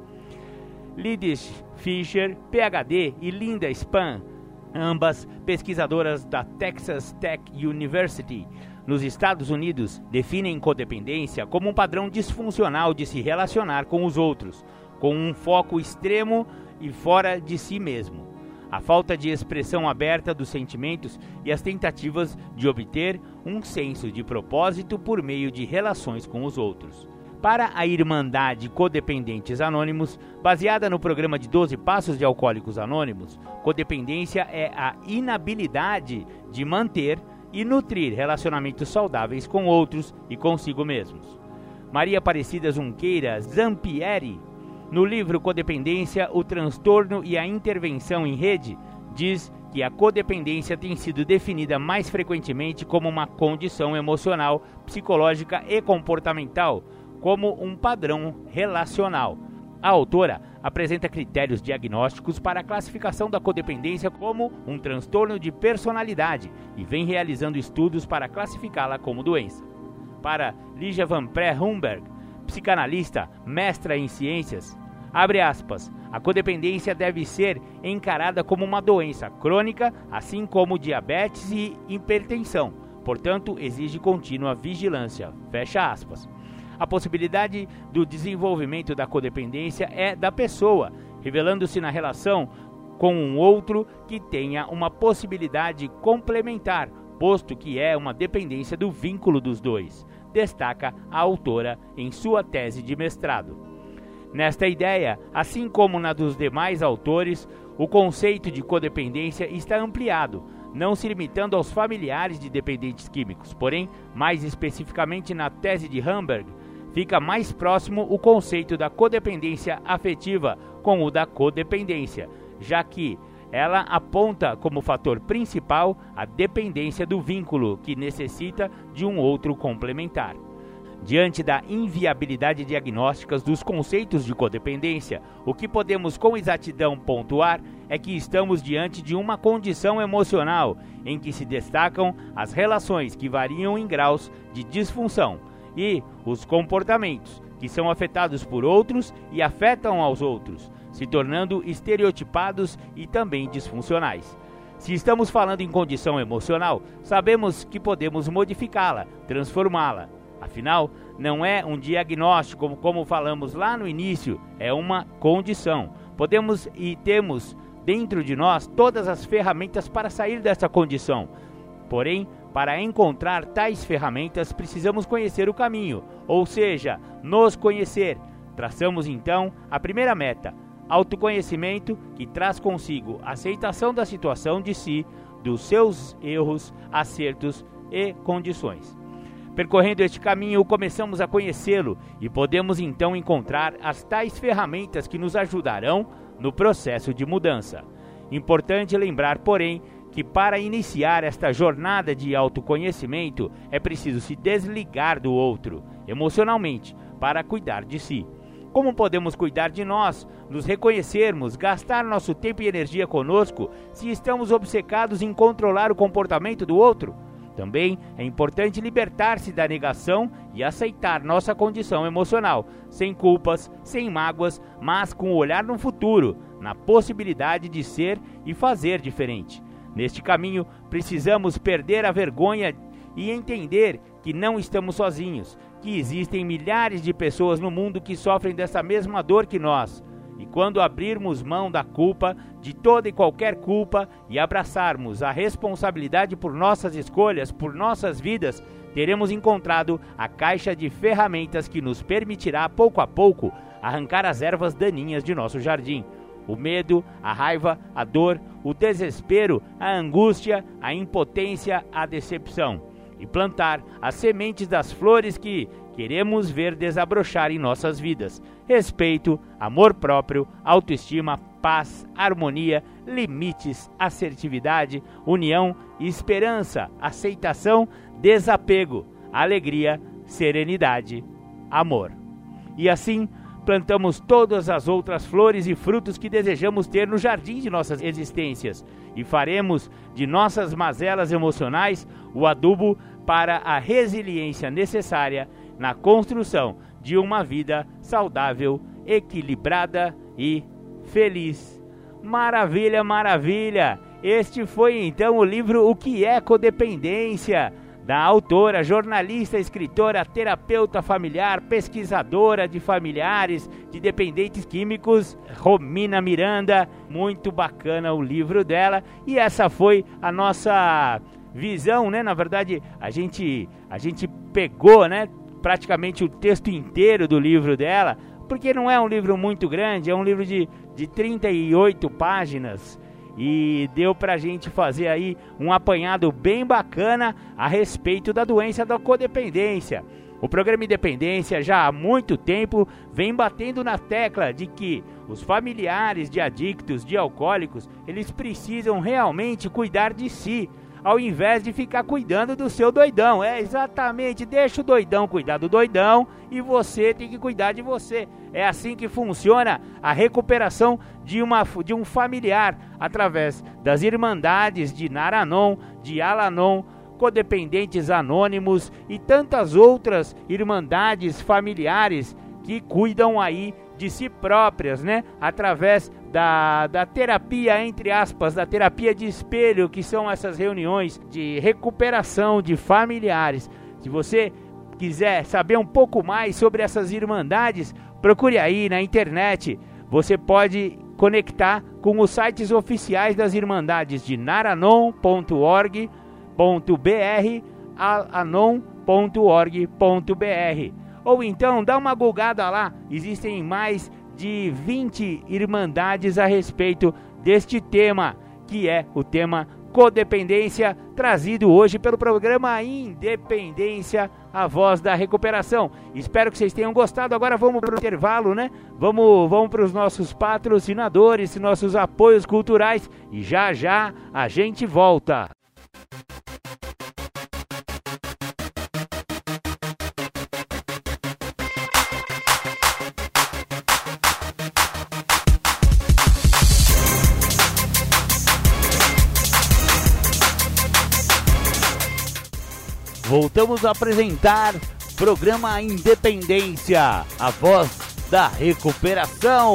Lidish Fisher, P H D, e Linda Spahn, ambas pesquisadoras da Texas Tech University, nos Estados Unidos, definem codependência como um padrão disfuncional de se relacionar com os outros, com um foco extremo e fora de si mesmo. A falta de expressão aberta dos sentimentos e as tentativas de obter um senso de propósito por meio de relações com os outros. Para a Irmandade Codependentes Anônimos, baseada no programa de doze Passos de Alcoólicos Anônimos, codependência é a inabilidade de manter e nutrir relacionamentos saudáveis com outros e consigo mesmos. Maria Aparecida Junqueira Zampieri, no livro Codependência, o transtorno e a intervenção em rede, diz que a codependência tem sido definida mais frequentemente como uma condição emocional, psicológica e comportamental, como um padrão relacional. A autora apresenta critérios diagnósticos para a classificação da codependência como um transtorno de personalidade e vem realizando estudos para classificá-la como doença. Para Ligia Van Pré Humberg, psicanalista, mestra em ciências, Abre aspas. A codependência deve ser encarada como uma doença crônica, assim como diabetes e hipertensão. Portanto, exige contínua vigilância. Fecha aspas. A possibilidade do desenvolvimento da codependência é da pessoa, revelando-se na relação com um outro que tenha uma possibilidade complementar, posto que é uma dependência do vínculo dos dois, destaca a autora em sua tese de mestrado. Nesta ideia, assim como na dos demais autores, o conceito de codependência está ampliado, não se limitando aos familiares de dependentes químicos. Porém, mais especificamente na tese de Hamburg, fica mais próximo o conceito da codependência afetiva com o da codependência, já que ela aponta como fator principal a dependência do vínculo, que necessita de um outro complementar. Diante da inviabilidade diagnóstica dos conceitos de codependência, o que podemos com exatidão pontuar é que estamos diante de uma condição emocional em que se destacam as relações que variam em graus de disfunção e os comportamentos que são afetados por outros e afetam aos outros, se tornando estereotipados e também disfuncionais. Se estamos falando em condição emocional, sabemos que podemos modificá-la, transformá-la. Afinal, não é um diagnóstico, como, como falamos lá no início, é uma condição. Podemos e temos dentro de nós todas as ferramentas para sair dessa condição. Porém, para encontrar tais ferramentas, precisamos conhecer o caminho, ou seja, nos conhecer. Traçamos então a primeira meta, autoconhecimento, que traz consigo a aceitação da situação de si, dos seus erros, acertos e condições. Percorrendo este caminho, começamos a conhecê-lo e podemos então encontrar as tais ferramentas que nos ajudarão no processo de mudança. Importante lembrar, porém, que para iniciar esta jornada de autoconhecimento é preciso se desligar do outro, emocionalmente, para cuidar de si. Como podemos cuidar de nós, nos reconhecermos, gastar nosso tempo e energia conosco, se estamos obcecados em controlar o comportamento do outro? Também é importante libertar-se da negação e aceitar nossa condição emocional, sem culpas, sem mágoas, mas com o olhar no futuro, na possibilidade de ser e fazer diferente. Neste caminho, precisamos perder a vergonha e entender que não estamos sozinhos, que existem milhares de pessoas no mundo que sofrem dessa mesma dor que nós. E quando abrirmos mão da culpa, de toda e qualquer culpa, e abraçarmos a responsabilidade por nossas escolhas, por nossas vidas, teremos encontrado a caixa de ferramentas que nos permitirá, pouco a pouco, arrancar as ervas daninhas de nosso jardim. O medo, a raiva, a dor, o desespero, a angústia, a impotência, a decepção. E plantar as sementes das flores que queremos ver desabrochar em nossas vidas. Respeito, amor próprio, autoestima, paz, harmonia, limites, assertividade, união, esperança, aceitação, desapego, alegria, serenidade, amor. E assim, plantamos todas as outras flores e frutos que desejamos ter no jardim de nossas existências e faremos de nossas mazelas emocionais o adubo para a resiliência necessária na construção de uma vida saudável, equilibrada e feliz. Maravilha, maravilha! Este foi então o livro O que é Codependência, da autora, jornalista, escritora, terapeuta familiar, pesquisadora de familiares de dependentes químicos, Romina Miranda. Muito bacana o livro dela, e essa foi a nossa visão, né? Na verdade, a gente, a gente pegou, né, praticamente o texto inteiro do livro dela, porque não é um livro muito grande, é um livro de, de trinta e oito páginas, e deu pra gente fazer aí um apanhado bem bacana a respeito da doença da codependência. O programa Independência já há muito tempo vem batendo na tecla de que os familiares de adictos, de alcoólicos, eles precisam realmente cuidar de si, ao invés de ficar cuidando do seu doidão. É, exatamente, deixa o doidão cuidar do doidão e você tem que cuidar de você. É assim que funciona a recuperação de, uma, de um familiar, através das Irmandades de Naranon, de Alanon, Codependentes Anônimos e tantas outras irmandades familiares que cuidam aí de si próprias, né? Através da, da terapia, entre aspas, da terapia de espelho, que são essas reuniões de recuperação de familiares. Se você quiser saber um pouco mais sobre essas irmandades, procure aí na internet. Você pode conectar com os sites oficiais das irmandades de naranon ponto org ponto br, anon ponto org ponto br. Ou então dá uma gulgada lá, existem mais de vinte irmandades a respeito deste tema, que é o tema codependência, trazido hoje pelo programa Independência, a voz da recuperação. Espero que vocês tenham gostado. Agora vamos para o intervalo, né? Vamos, vamos para os nossos patrocinadores, nossos apoios culturais, e já já a gente volta. Voltamos a apresentar programa Independência, a voz da recuperação.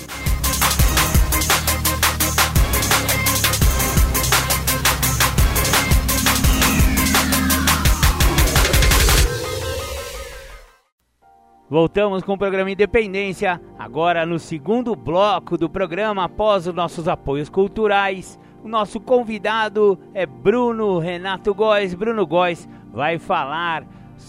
Voltamos com o programa Independência, agora no segundo bloco do programa, após os nossos apoios culturais. O nosso convidado é Bruno Renato Góes. Bruno Góes vai falar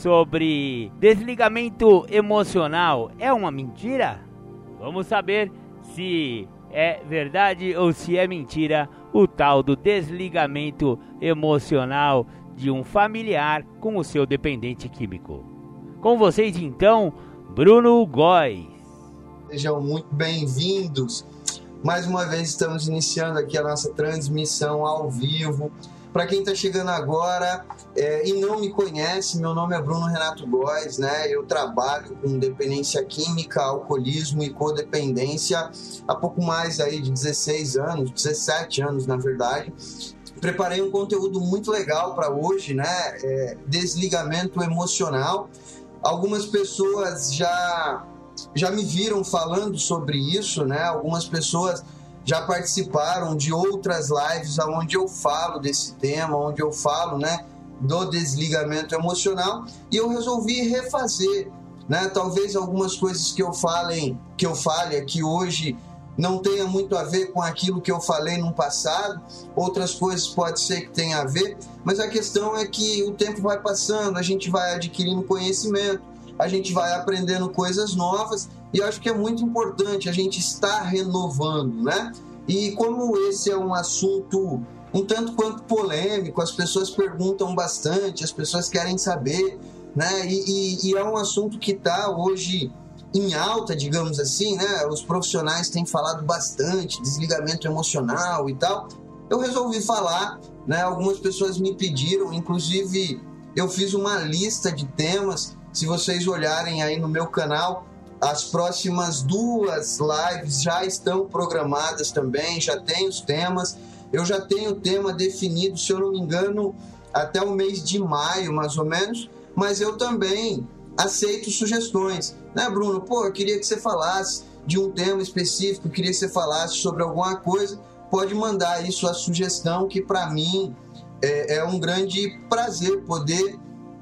sobre desligamento emocional. É uma mentira? Vamos saber se é verdade ou se é mentira o tal do desligamento emocional de um familiar com o seu dependente químico. Com vocês então, Bruno Góes. Sejam muito bem-vindos. Mais uma vez estamos iniciando aqui a nossa transmissão ao vivo. Para quem está chegando agora é, e não me conhece, meu nome é Bruno Renato Góes, né? Eu trabalho com dependência química, alcoolismo e codependência há pouco mais aí de dezesseis anos, dezessete anos na verdade. Preparei um conteúdo muito legal para hoje, né? É, desligamento emocional. Algumas pessoas já... já me viram falando sobre isso, né? Algumas pessoas já participaram de outras lives onde eu falo desse tema, onde eu falo, né, do desligamento emocional, e eu resolvi refazer, né? Talvez algumas coisas que eu falem, que eu fale aqui hoje não tenha muito a ver com aquilo que eu falei no passado, outras coisas pode ser que tenha a ver, mas a questão é que o tempo vai passando, a gente vai adquirindo conhecimento, a gente vai aprendendo coisas novas, e eu acho que é muito importante a gente estar renovando, né? E como esse é um assunto um tanto quanto polêmico, as pessoas perguntam bastante, as pessoas querem saber, né? E, e, e é um assunto que está hoje em alta, digamos assim, né? Os profissionais têm falado bastante, desligamento emocional e tal. Eu resolvi falar, né? Algumas pessoas me pediram, inclusive eu fiz uma lista de temas. Se vocês olharem aí no meu canal, as próximas duas lives já estão programadas também, já tem os temas. Eu já tenho o tema definido, se eu não me engano, até o mês de maio, mais ou menos. Mas eu também aceito sugestões, né, Bruno? Pô, eu queria que você falasse de um tema específico, eu queria que você falasse sobre alguma coisa. Pode mandar aí sua sugestão, que para mim é, é um grande prazer poder...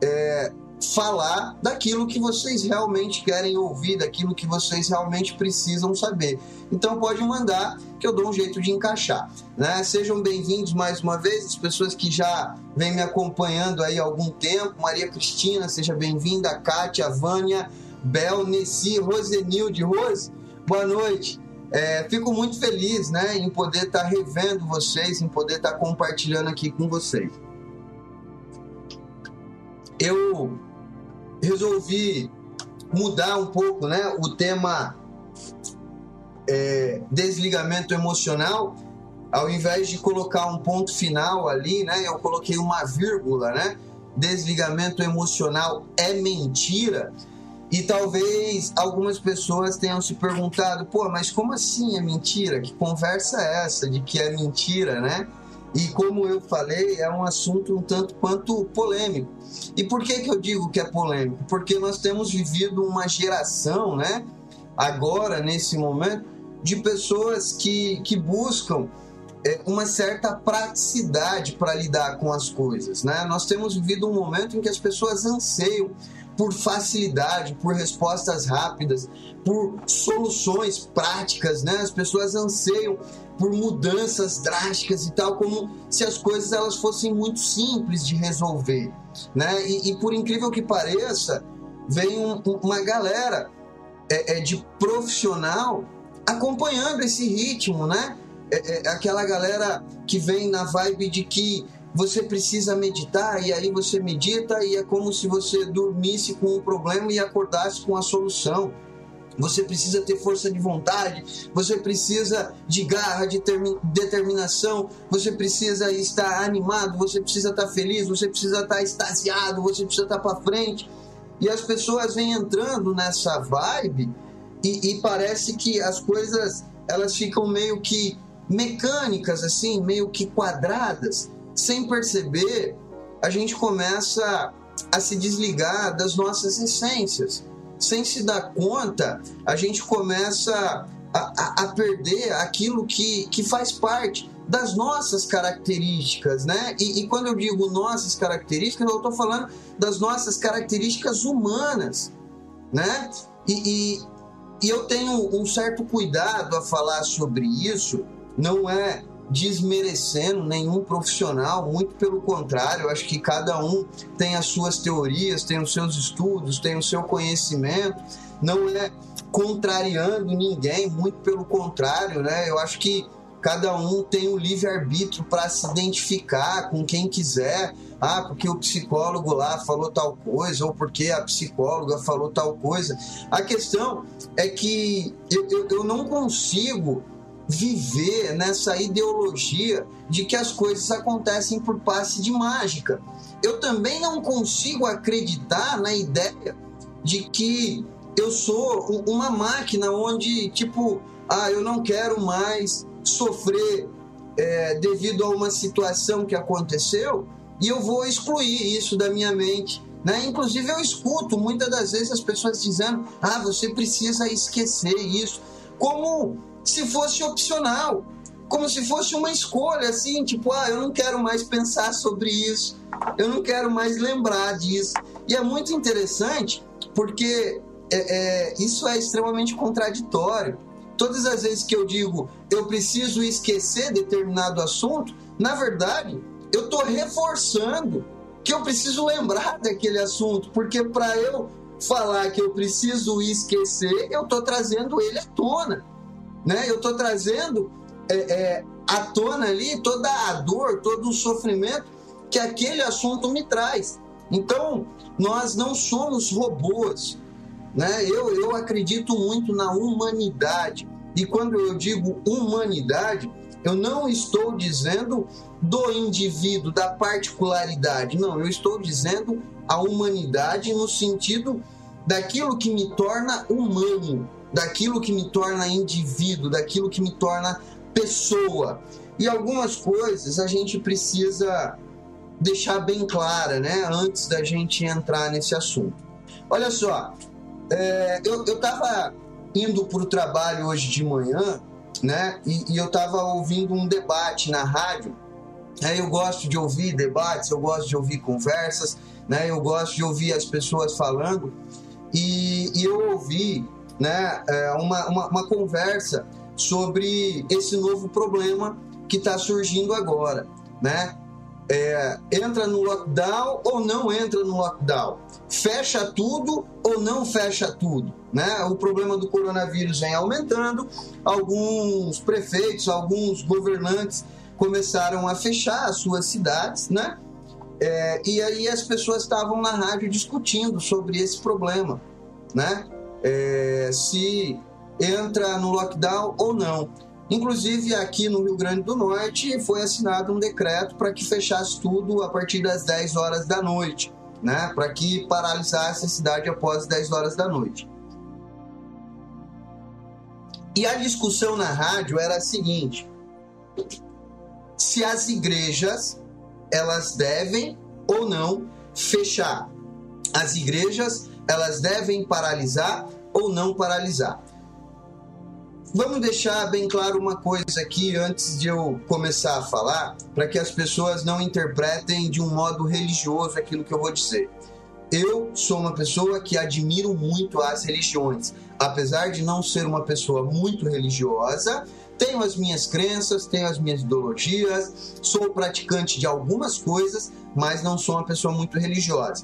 É, falar daquilo que vocês realmente querem ouvir, daquilo que vocês realmente precisam saber. Então pode mandar, que eu dou um jeito de encaixar, né? Sejam bem-vindos mais uma vez, as pessoas que já vêm me acompanhando aí há algum tempo. Maria Cristina, seja bem-vinda. Kátia, Vânia, Bel, Nessi, Rosenilde, Rose, boa noite. É, fico muito feliz, né, em poder estar tá revendo vocês, em poder estar tá compartilhando aqui com vocês. Eu resolvi mudar um pouco, né, o tema é, desligamento emocional. Ao invés de colocar um ponto final ali, né, eu coloquei uma vírgula, né? Desligamento emocional é mentira. E talvez algumas pessoas tenham se perguntado, pô, mas como assim é mentira? Que conversa é essa de que é mentira, né? E como eu falei, é um assunto um tanto quanto polêmico. E por que que eu digo que é polêmico? Porque nós temos vivido uma geração, né, agora, nesse momento, de pessoas que, que buscam é, uma certa praticidade para lidar com as coisas, né? Nós temos vivido um momento em que as pessoas anseiam por facilidade, por respostas rápidas, por soluções práticas, né? As pessoas anseiam por mudanças drásticas e tal, como se as coisas elas fossem muito simples de resolver, né? E, e por incrível que pareça, vem um, uma galera é, é, de profissional acompanhando esse ritmo, né? É, é, aquela galera que vem na vibe de que você precisa meditar, e aí você medita e é como se você dormisse com um problema e acordasse com a solução. Você precisa ter força de vontade, você precisa de garra, de termi- determinação, você precisa estar animado, você precisa estar feliz, você precisa estar extasiado, você precisa estar para frente. E as pessoas vêm entrando nessa vibe e, e parece que as coisas elas ficam meio que mecânicas, assim, meio que quadradas. Sem perceber, a gente começa a se desligar das nossas essências. Sem se dar conta, a gente começa a, a, a perder aquilo que, que faz parte das nossas características, né? E, e quando eu digo nossas características, eu estou falando das nossas características humanas, né? E, e, e eu tenho um certo cuidado a falar sobre isso, não é desmerecendo nenhum profissional, muito pelo contrário, eu acho que cada um tem as suas teorias, tem os seus estudos, tem o seu conhecimento, não é contrariando ninguém, muito pelo contrário, né? Eu acho que cada um tem o livre-arbítrio para se identificar com quem quiser, ah, porque o psicólogo lá falou tal coisa, ou porque a psicóloga falou tal coisa. A questão é que eu, eu, eu não consigo viver nessa ideologia de que as coisas acontecem por passe de mágica. Eu também não consigo acreditar na ideia de que eu sou uma máquina onde, tipo, ah, eu não quero mais sofrer é, devido a uma situação que aconteceu e eu vou excluir isso da minha mente, né? Inclusive eu escuto muitas das vezes as pessoas dizendo, ah, você precisa esquecer isso, como se fosse opcional, como se fosse uma escolha, assim, tipo, ah, eu não quero mais pensar sobre isso, eu não quero mais lembrar disso. E é muito interessante, porque é, é, isso é extremamente contraditório. Todas as vezes que eu digo, eu preciso esquecer determinado assunto, na verdade, eu estou reforçando que eu preciso lembrar daquele assunto, porque para eu falar que eu preciso esquecer, eu estou trazendo ele à tona. Né? Eu estou trazendo é, é, à tona ali toda a dor, todo o sofrimento que aquele assunto me traz. Então, nós não somos robôs, né? Eu, eu acredito muito na humanidade. E quando eu digo humanidade, eu não estou dizendo do indivíduo, da particularidade. Não, eu estou dizendo a humanidade no sentido daquilo que me torna humano, daquilo que me torna indivíduo, daquilo que me torna pessoa. E algumas coisas a gente precisa deixar bem clara, né, antes da gente entrar nesse assunto. Olha só, é, eu estava indo para o trabalho hoje de manhã, né, e, e eu estava ouvindo um debate na rádio. Aí eu gosto de ouvir debates, eu gosto de ouvir conversas, né, eu gosto de ouvir as pessoas falando, e, e eu ouvi, né, uma, uma, uma conversa sobre esse novo problema que está surgindo agora, né? É, entra no lockdown ou não entra no lockdown? Fecha tudo ou não fecha tudo? Né? O problema do coronavírus vem aumentando, alguns prefeitos, alguns governantes começaram a fechar as suas cidades, né? É, e aí as pessoas estavam na rádio discutindo sobre esse problema, né? É, se entra no lockdown ou não. Inclusive aqui no Rio Grande do Norte foi assinado um decreto para que fechasse tudo a partir das dez horas da noite, né? Para que paralisasse a cidade após as dez horas da noite. E a discussão na rádio era a seguinte: se as igrejas elas devem ou não fechar. As igrejas elas devem paralisar ou não paralisar. vamos deixar bem claro uma coisa aqui antes de eu começar a falar, para que as pessoas não interpretem de um modo religioso aquilo que eu vou dizer. Eu sou uma pessoa que admiro muito as religiões. Apesar de não ser uma pessoa muito religiosa, tenho as minhas crenças, tenho as minhas ideologias, sou praticante de algumas coisas, mas não sou uma pessoa muito religiosa.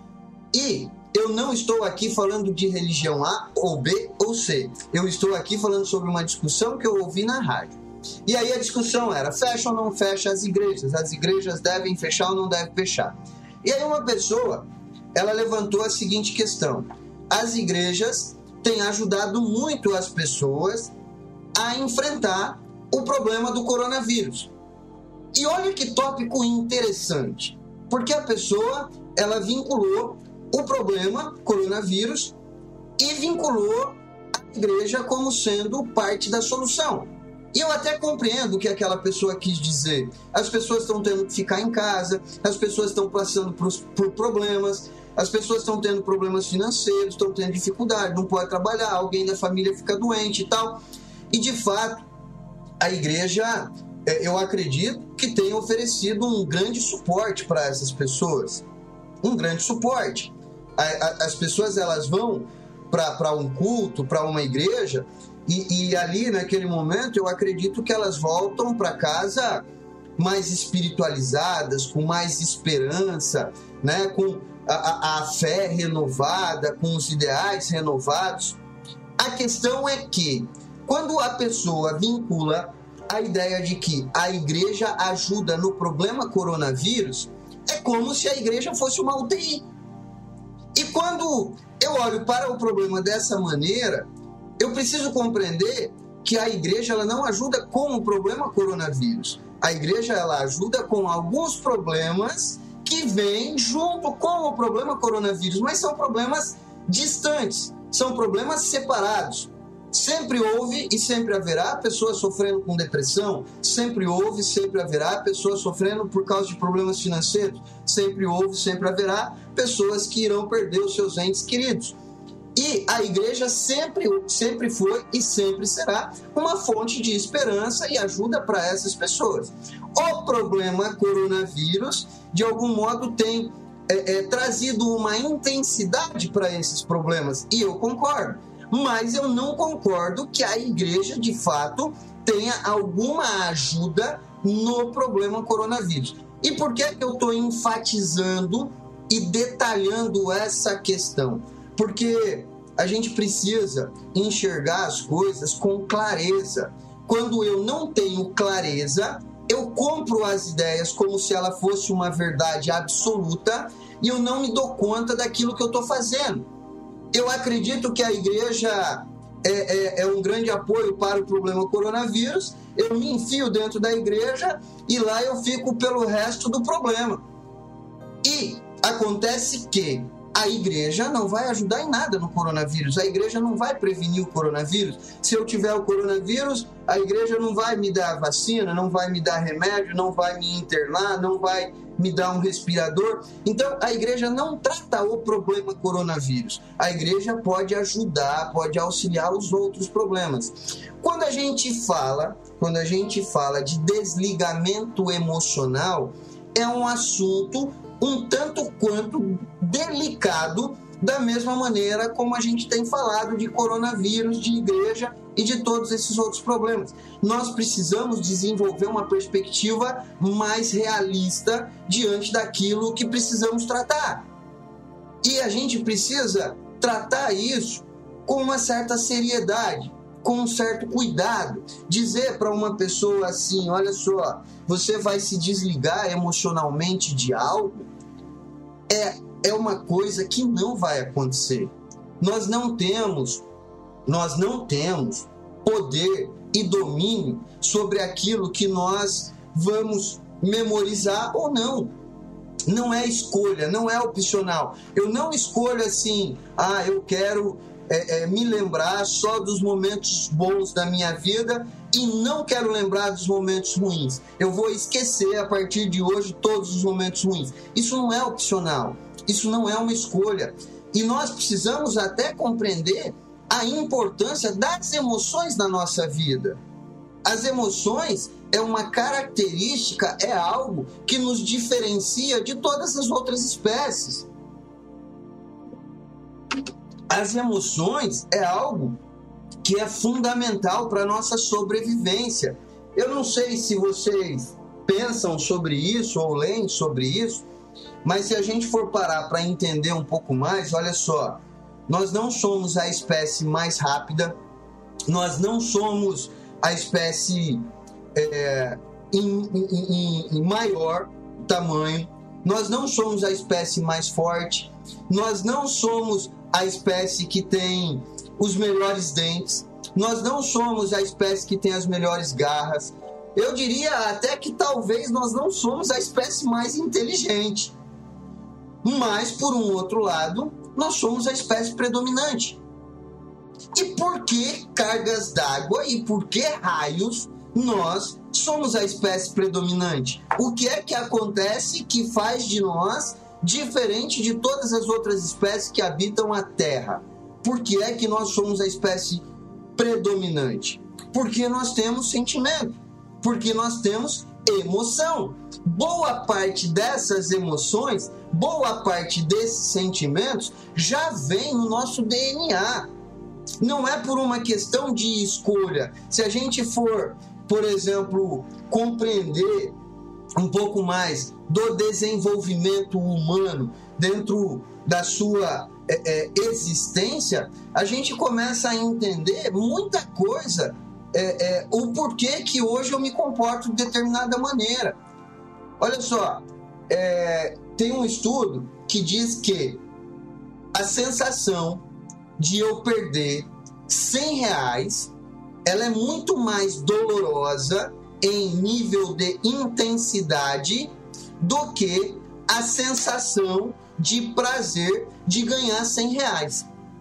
E eu não estou aqui falando de religião A ou B ou C. Eu estou aqui falando sobre uma discussão que eu ouvi na rádio. E aí a discussão era, fecha ou não fecha as igrejas? As igrejas devem fechar ou não devem fechar? E aí uma pessoa, ela levantou a seguinte questão. As igrejas têm ajudado muito as pessoas a enfrentar o problema do coronavírus. E olha que tópico interessante. Porque a pessoa, ela vinculou o problema coronavírus e vinculou a igreja como sendo parte da solução. E eu até compreendo o que aquela pessoa quis dizer. As pessoas estão tendo que ficar em casa, as pessoas estão passando por, por problemas, as pessoas estão tendo problemas financeiros, estão tendo dificuldade, não pode trabalhar, alguém da família fica doente e tal. E de fato, a igreja, eu acredito que tem oferecido um grande suporte para essas pessoas. Um grande suporte. As pessoas, elas vão para um culto, para uma igreja, e, e ali naquele momento eu acredito que elas voltam para casa mais espiritualizadas, com mais esperança, né? Com a, a, a fé renovada, com os ideais renovados. A questão é que quando a pessoa vincula a ideia de que a igreja ajuda no problema coronavírus, é como se a igreja fosse uma U T I. E quando eu olho para o problema dessa maneira, eu preciso compreender que a igreja, ela não ajuda com o problema coronavírus. A igreja, ela ajuda com alguns problemas que vêm junto com o problema coronavírus, mas são problemas distantes, são problemas separados. Sempre houve e sempre haverá pessoas sofrendo com depressão, sempre houve e sempre haverá pessoas sofrendo por causa de problemas financeiros, sempre houve e sempre haverá pessoas que irão perder os seus entes queridos. E a igreja sempre, sempre foi e sempre será uma fonte de esperança e ajuda para essas pessoas. O problema coronavírus, de algum modo, tem é, é, trazido uma intensidade para esses problemas, e eu concordo. Mas eu não concordo que a igreja, de fato, tenha alguma ajuda no problema coronavírus. E por que eu estou enfatizando e detalhando essa questão? Porque a gente precisa enxergar as coisas com clareza. Quando eu não tenho clareza, eu compro as ideias como se ela fosse uma verdade absoluta e eu não me dou conta daquilo que eu estou fazendo. Eu acredito que a igreja é, é, é um grande apoio para o problema coronavírus. Eu me enfio dentro da igreja e lá eu fico pelo resto do problema. E acontece que a igreja não vai ajudar em nada no coronavírus. A igreja não vai prevenir o coronavírus. Se eu tiver o coronavírus, a igreja não vai me dar vacina, não vai me dar remédio, não vai me internar, não vai me dar um respirador. Então, a igreja não trata o problema coronavírus. A igreja pode ajudar, pode auxiliar os outros problemas. Quando a gente fala, quando a gente fala de desligamento emocional, é um assunto um tanto quanto delicado, da mesma maneira como a gente tem falado de coronavírus, de igreja e de todos esses outros problemas. Nós precisamos desenvolver uma perspectiva mais realista diante daquilo que precisamos tratar. E a gente precisa tratar isso com uma certa seriedade, com um certo cuidado. Dizer para uma pessoa assim, olha só, você vai se desligar emocionalmente de algo, é, é uma coisa que não vai acontecer. Nós não temos, nós não temos poder e domínio sobre aquilo que nós vamos memorizar ou não. Não é escolha, não é opcional. Eu não escolho assim, ah, eu quero é, é, me lembrar só dos momentos bons da minha vida e não quero lembrar dos momentos ruins. Eu vou esquecer a partir de hoje todos os momentos ruins. Isso não é opcional, isso não é uma escolha. E nós precisamos até compreender a importância das emoções na nossa vida. As emoções é uma característica, é algo que nos diferencia de todas as outras espécies. As emoções é algo que é fundamental para a nossa sobrevivência. Eu não sei se vocês pensam sobre isso ou leem sobre isso, mas se a gente for parar para entender um pouco mais, olha só, nós não somos a espécie mais rápida, nós não somos a espécie é, em, em, em maior tamanho, nós não somos a espécie mais forte, nós não somos a espécie que tem os melhores dentes, nós não somos a espécie que tem as melhores garras. Eu diria até que talvez nós não somos a espécie mais inteligente. Mas, por um outro lado, nós somos a espécie predominante. E por que cargas d'água e por que raios nós somos a espécie predominante? O que é que acontece que faz de nós diferente de todas as outras espécies que habitam a Terra? Por que é que nós somos a espécie predominante? Porque nós temos sentimento, porque nós temos emoção. Boa parte dessas emoções, boa parte desses sentimentos já vem no nosso D N A. Não é por uma questão de escolha. Se a gente for, por exemplo, compreender um pouco mais do desenvolvimento humano dentro da sua é, é, existência, a gente começa a entender muita coisa, é, é, o porquê que hoje eu me comporto de determinada maneira. Olha só, é, tem um estudo que diz que a sensação de eu perder cem reais, ela é muito mais dolorosa em nível de intensidade do que a sensação de prazer de ganhar cem reais.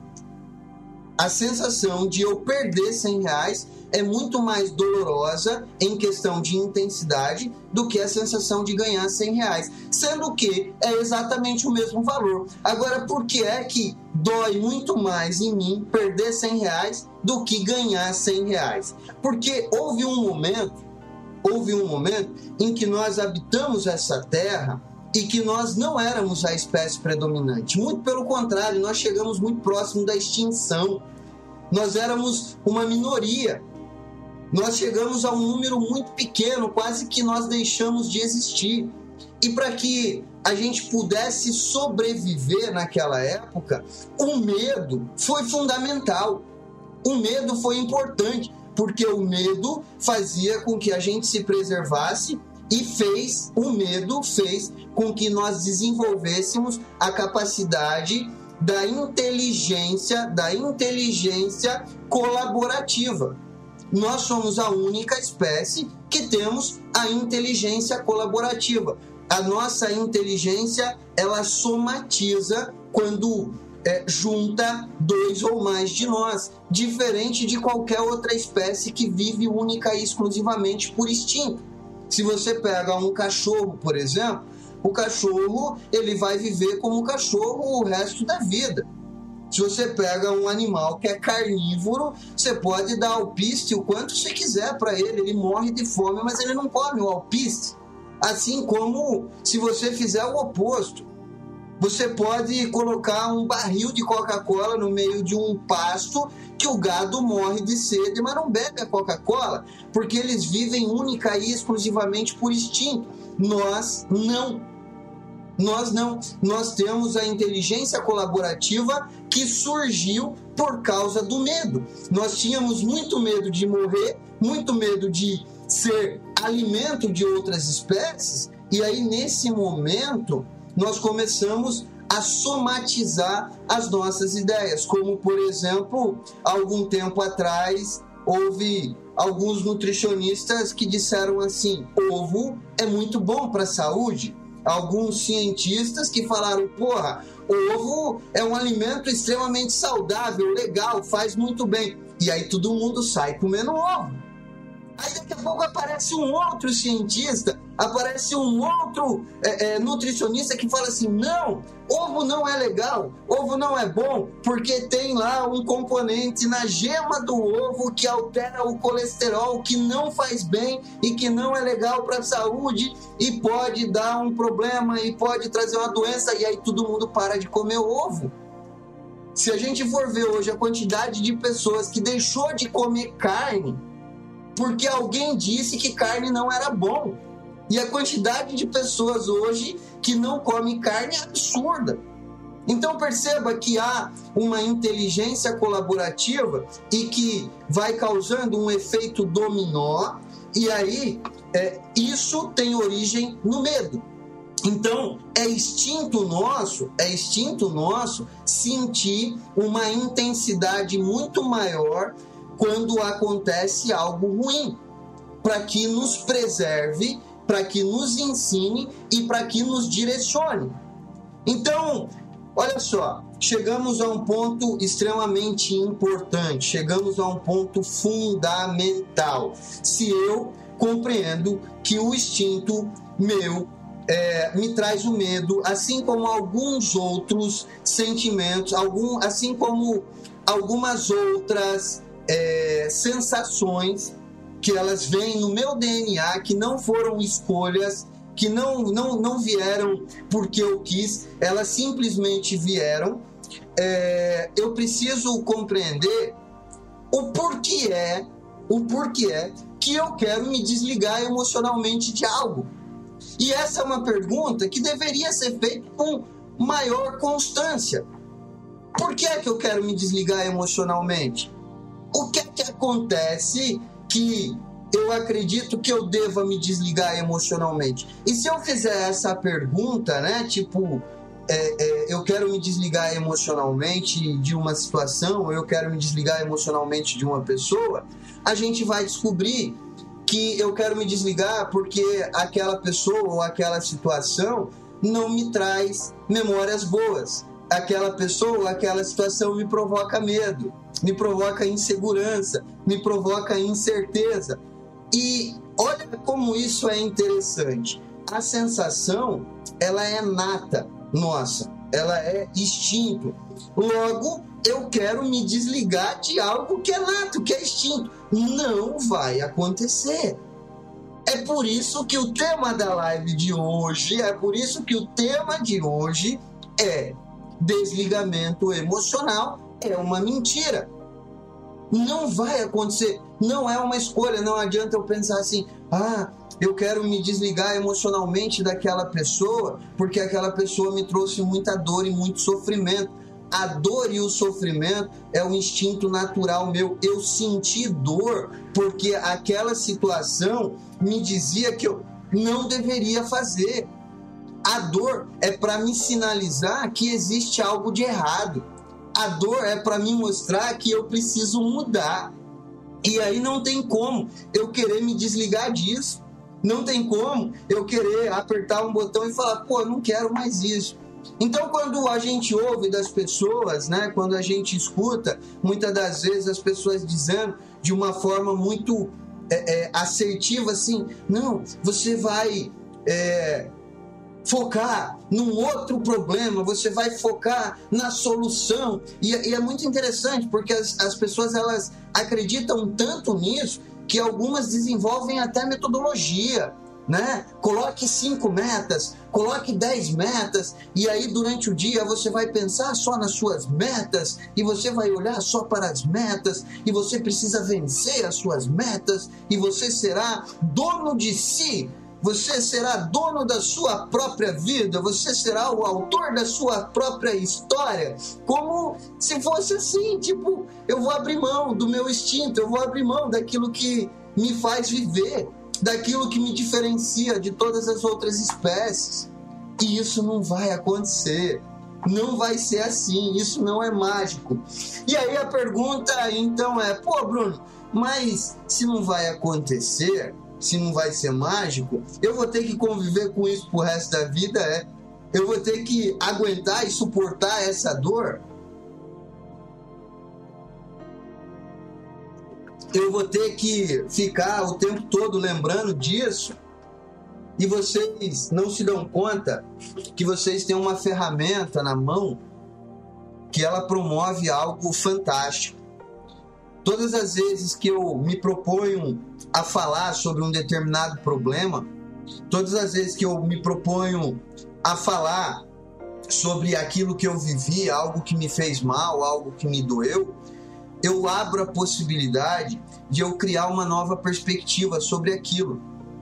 A sensação de eu perder cem reais é muito mais dolorosa em questão de intensidade do que a sensação de ganhar cem reais, sendo que é exatamente o mesmo valor. Agora, por que é que dói muito mais em mim perder cem reais do que ganhar cem reais? Porque houve um momento, houve um momento em que nós habitamos essa terra e que nós não éramos a espécie predominante. Muito pelo contrário, nós chegamos muito próximo da extinção. Nós éramos uma minoria. Nós chegamos a um número muito pequeno, quase que nós deixamos de existir. E para que a gente pudesse sobreviver naquela época, o medo foi fundamental. O medo foi importante, porque o medo fazia com que a gente se preservasse e fez, o medo fez com que nós desenvolvêssemos a capacidade da inteligência, da inteligência colaborativa. Nós somos a única espécie que temos a inteligência colaborativa. A nossa inteligência, ela somatiza quando é, junta dois ou mais de nós, diferente de qualquer outra espécie que vive única e exclusivamente por instinto. Se você pega um cachorro, por exemplo, o cachorro ele vai viver como cachorro o resto da vida. Se você pega um animal que é carnívoro, você pode dar alpiste o quanto você quiser para ele, ele morre de fome, mas ele não come o alpiste. Assim como se você fizer o oposto, você pode colocar um barril de Coca-Cola no meio de um pasto que o gado morre de sede, mas não bebe a Coca-Cola, porque eles vivem única e exclusivamente por instinto. Nós não. Nós não. Nós temos a inteligência colaborativa que surgiu por causa do medo. Nós tínhamos muito medo de morrer, muito medo de ser alimento de outras espécies, e aí nesse momento nós começamos a somatizar as nossas ideias, como por exemplo, algum tempo atrás houve alguns nutricionistas que disseram assim: ovo é muito bom para a saúde. Alguns cientistas que falaram: porra, ovo é um alimento extremamente saudável, legal, faz muito bem. E aí todo mundo sai comendo ovo. Aí daqui a pouco aparece um outro cientista, aparece um outro é, é, nutricionista que fala assim, não, ovo não é legal, ovo não é bom, porque tem lá um componente na gema do ovo que altera o colesterol, que não faz bem e que não é legal para a saúde e pode dar um problema e pode trazer uma doença, e aí todo mundo para de comer ovo. Se a gente for ver hoje a quantidade de pessoas que deixou de comer carne porque alguém disse que carne não era bom. E a quantidade de pessoas hoje que não comem carne é absurda. Então perceba que há uma inteligência colaborativa e que vai causando um efeito dominó, e aí é, isso tem origem no medo. Então é instinto nosso, é instinto nosso sentir uma intensidade muito maior quando acontece algo ruim, para que nos preserve, para que nos ensine e para que nos direcione. Então, olha só, chegamos a um ponto extremamente importante, chegamos a um ponto fundamental. Se eu compreendo que o instinto meu é, me traz o medo, assim como alguns outros sentimentos, algum, assim como algumas outras É, sensações que elas vêm no meu D N A, que não foram escolhas, que não, não, não vieram porque eu quis, elas simplesmente vieram. É, eu preciso compreender o porquê é, o porquê é que eu quero me desligar emocionalmente de algo. E essa é uma pergunta que deveria ser feita com maior constância. Por que é que eu quero me desligar emocionalmente? O que é que acontece que eu acredito que eu deva me desligar emocionalmente? E se eu fizer essa pergunta, né, tipo, é, é, eu quero me desligar emocionalmente de uma situação, eu quero me desligar emocionalmente de uma pessoa, a gente vai descobrir que eu quero me desligar porque aquela pessoa ou aquela situação não me traz memórias boas. Aquela pessoa ou aquela situação me provoca medo, me provoca insegurança, me provoca incerteza. E olha como isso é interessante. A sensação, ela é nata nossa, ela é instinto. Logo, eu quero me desligar de algo que é nato, que é instinto. Não vai acontecer. É por isso que o tema da live de hoje, é por isso que o tema de hoje é desligamento emocional é uma mentira. Não vai acontecer. Não é uma escolha. Não adianta eu pensar assim, ah, eu quero me desligar emocionalmente daquela pessoa porque aquela pessoa me trouxe muita dor e muito sofrimento. A dor e o sofrimento é um instinto natural meu. Eu senti dor porque aquela situação me dizia que eu não deveria fazer. A dor é para me sinalizar que existe algo de errado. A dor é para me mostrar que eu preciso mudar. E aí não tem como eu querer me desligar disso. Não tem como eu querer apertar um botão e falar, pô, eu não quero mais isso. Então, quando a gente ouve das pessoas, né, quando a gente escuta, muitas das vezes as pessoas dizendo de uma forma muito é, é, assertiva assim, não, você vai... É, focar num outro problema, você vai focar na solução. E, e é muito interessante, porque as, as pessoas elas acreditam tanto nisso que algumas desenvolvem até metodologia, né? Coloque cinco metas, coloque dez metas, e aí durante o dia você vai pensar só nas suas metas, e você vai olhar só para as metas, e você precisa vencer as suas metas, e você será dono de si. Você será dono da sua própria vida, você será o autor da sua própria história, como se fosse assim, tipo, eu vou abrir mão do meu instinto, eu vou abrir mão daquilo que me faz viver, daquilo que me diferencia de todas as outras espécies. E isso não vai acontecer, não vai ser assim, isso não é mágico. E aí a pergunta então é, pô Bruno, mas se não vai acontecer... se não vai ser mágico, eu vou ter que conviver com isso pro resto da vida, é? Eu vou ter que aguentar e suportar essa dor? eu vou ter que ficar o tempo todo lembrando disso, e vocês não se dão conta que vocês têm uma ferramenta na mão que ela promove algo fantástico. Todas as vezes que eu me proponho a falar sobre um determinado problema, todas as vezes que eu me proponho a falar sobre aquilo que eu vivi, algo que me fez mal, algo que me doeu, eu abro a possibilidade de eu criar uma nova perspectiva sobre aquilo.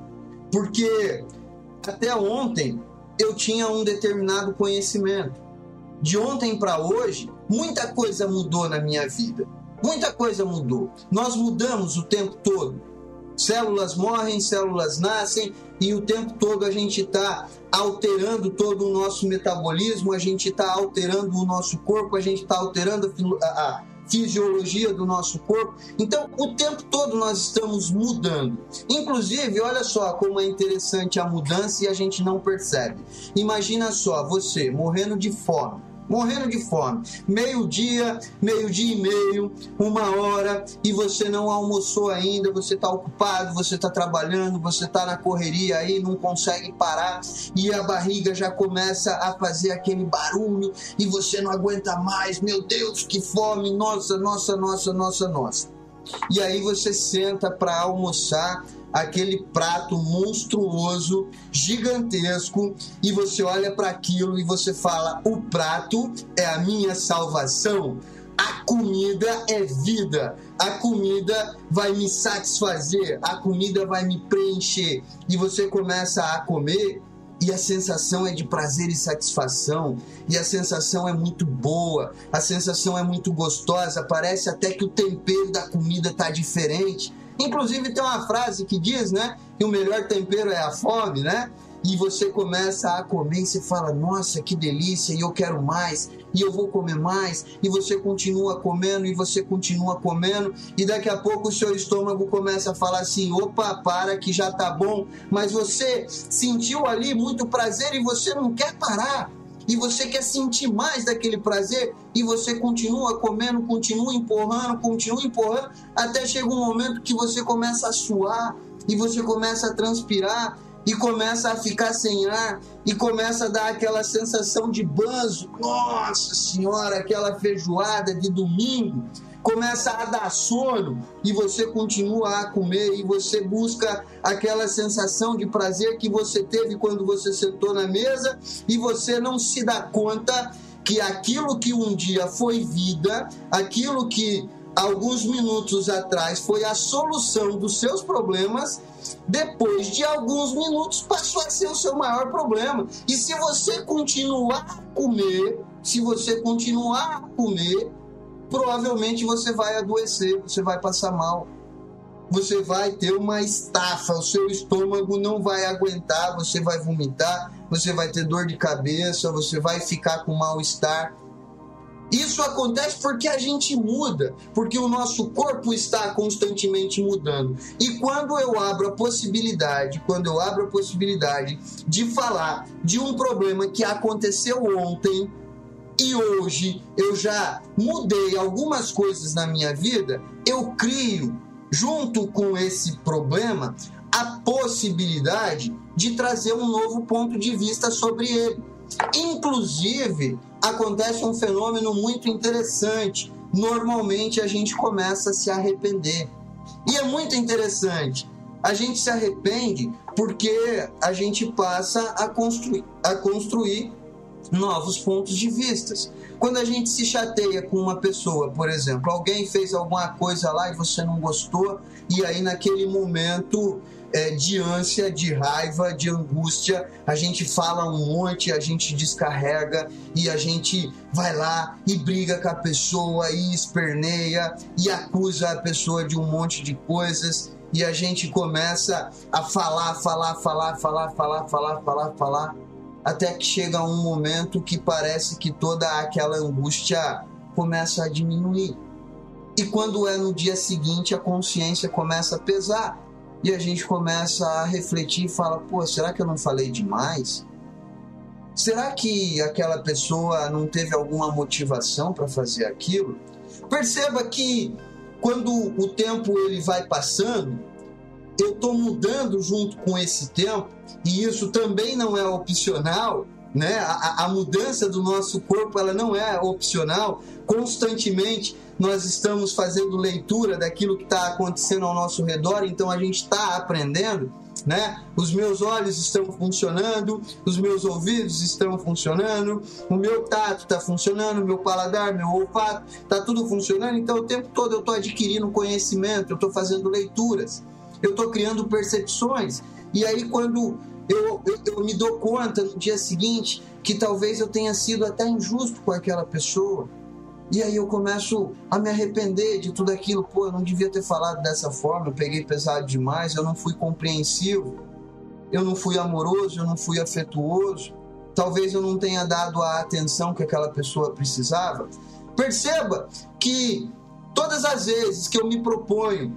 Porque até ontem eu tinha um determinado conhecimento. De ontem para hoje, muita coisa mudou na minha vida. Muita coisa mudou. Nós mudamos o tempo todo. Células morrem, células nascem, e o tempo todo a gente está alterando todo o nosso metabolismo, a gente está alterando o nosso corpo, a gente está alterando a, a fisiologia do nosso corpo. Então, o tempo todo nós estamos mudando. Inclusive, olha só como é interessante a mudança e a gente não percebe. Imagina só, você morrendo de fome. Morrendo de fome, meio-dia, meio-dia e meio, uma hora, e você não almoçou ainda, você está ocupado, você está trabalhando, você está na correria aí, não consegue parar, e a barriga já começa a fazer aquele barulho, e você não aguenta mais, meu Deus, que fome, nossa, nossa, nossa, nossa, nossa. E aí você senta para almoçar aquele prato monstruoso, gigantesco, e você olha para aquilo e você fala: o prato é a minha salvação, a comida é vida, a comida vai me satisfazer, a comida vai me preencher. E você começa a comer, e a sensação é de prazer e satisfação, e a sensação é muito boa, a sensação é muito gostosa, parece até que o tempero da comida está diferente. Inclusive tem uma frase que diz, né, que o melhor tempero é a fome, né? E você começa a comer e você fala: nossa, que delícia, e eu quero mais, e eu vou comer mais, e você continua comendo, e você continua comendo, e daqui a pouco o seu estômago começa a falar assim: opa, para que já tá bom, mas você sentiu ali muito prazer e você não quer parar. E você quer sentir mais daquele prazer, e você continua comendo, continua empurrando, continua empurrando, até chega um momento que você começa a suar, e você começa a transpirar, e começa a ficar sem ar, e começa a dar aquela sensação de banzo. Nossa Senhora, aquela feijoada de domingo, começa a dar sono, e você continua a comer, e você busca aquela sensação de prazer que você teve quando você sentou na mesa, e você não se dá conta que aquilo que um dia foi vida, aquilo que alguns minutos atrás foi a solução dos seus problemas, depois de alguns minutos passou a ser o seu maior problema. E se você continuar a comer, se você continuar a comer, provavelmente você vai adoecer, você vai passar mal, você vai ter uma estafa, o seu estômago não vai aguentar, você vai vomitar, você vai ter dor de cabeça, você vai ficar com mal-estar. Isso acontece porque a gente muda, porque o nosso corpo está constantemente mudando. E quando eu abro a possibilidade, quando eu abro a possibilidade de falar de um problema que aconteceu ontem, e hoje eu já mudei algumas coisas na minha vida, eu crio, junto com esse problema, a possibilidade de trazer um novo ponto de vista sobre ele. Inclusive, acontece um fenômeno muito interessante. Normalmente a gente começa a se arrepender. E é muito interessante. A gente se arrepende porque a gente passa a construir, a construir novos pontos de vista. Quando a gente se chateia com uma pessoa, por exemplo, alguém fez alguma coisa lá e você não gostou, e aí naquele momento é, de ânsia, de raiva, de angústia, a gente fala um monte, a gente descarrega, e a gente vai lá e briga com a pessoa, e esperneia, e acusa a pessoa de um monte de coisas, e a gente começa a falar, falar, falar, falar, falar, falar, falar, falar, até que chega um momento que parece que toda aquela angústia começa a diminuir. E quando é no dia seguinte, a consciência começa a pesar. E a gente começa a refletir e fala: pô, será que eu não falei demais? Será que aquela pessoa não teve alguma motivação para fazer aquilo? Perceba que quando o tempo ele vai passando, eu estou mudando junto com esse tempo, e isso também não é opcional, né? A, a mudança do nosso corpo, ela não é opcional. Constantemente nós estamos fazendo leitura daquilo que está acontecendo ao nosso redor, então a gente está aprendendo, né? Os meus olhos estão funcionando, os meus ouvidos estão funcionando, o meu tato está funcionando, o meu paladar, meu olfato, está tudo funcionando. Então o tempo todo eu estou adquirindo conhecimento, eu estou fazendo leituras, eu estou criando percepções. E aí quando eu, eu, eu me dou conta no dia seguinte que talvez eu tenha sido até injusto com aquela pessoa, e aí eu começo a me arrepender de tudo aquilo. Pô, eu não devia ter falado dessa forma, eu peguei pesado demais, eu não fui compreensivo, eu não fui amoroso, eu não fui afetuoso, talvez eu não tenha dado a atenção que aquela pessoa precisava. Perceba que todas as vezes que eu me proponho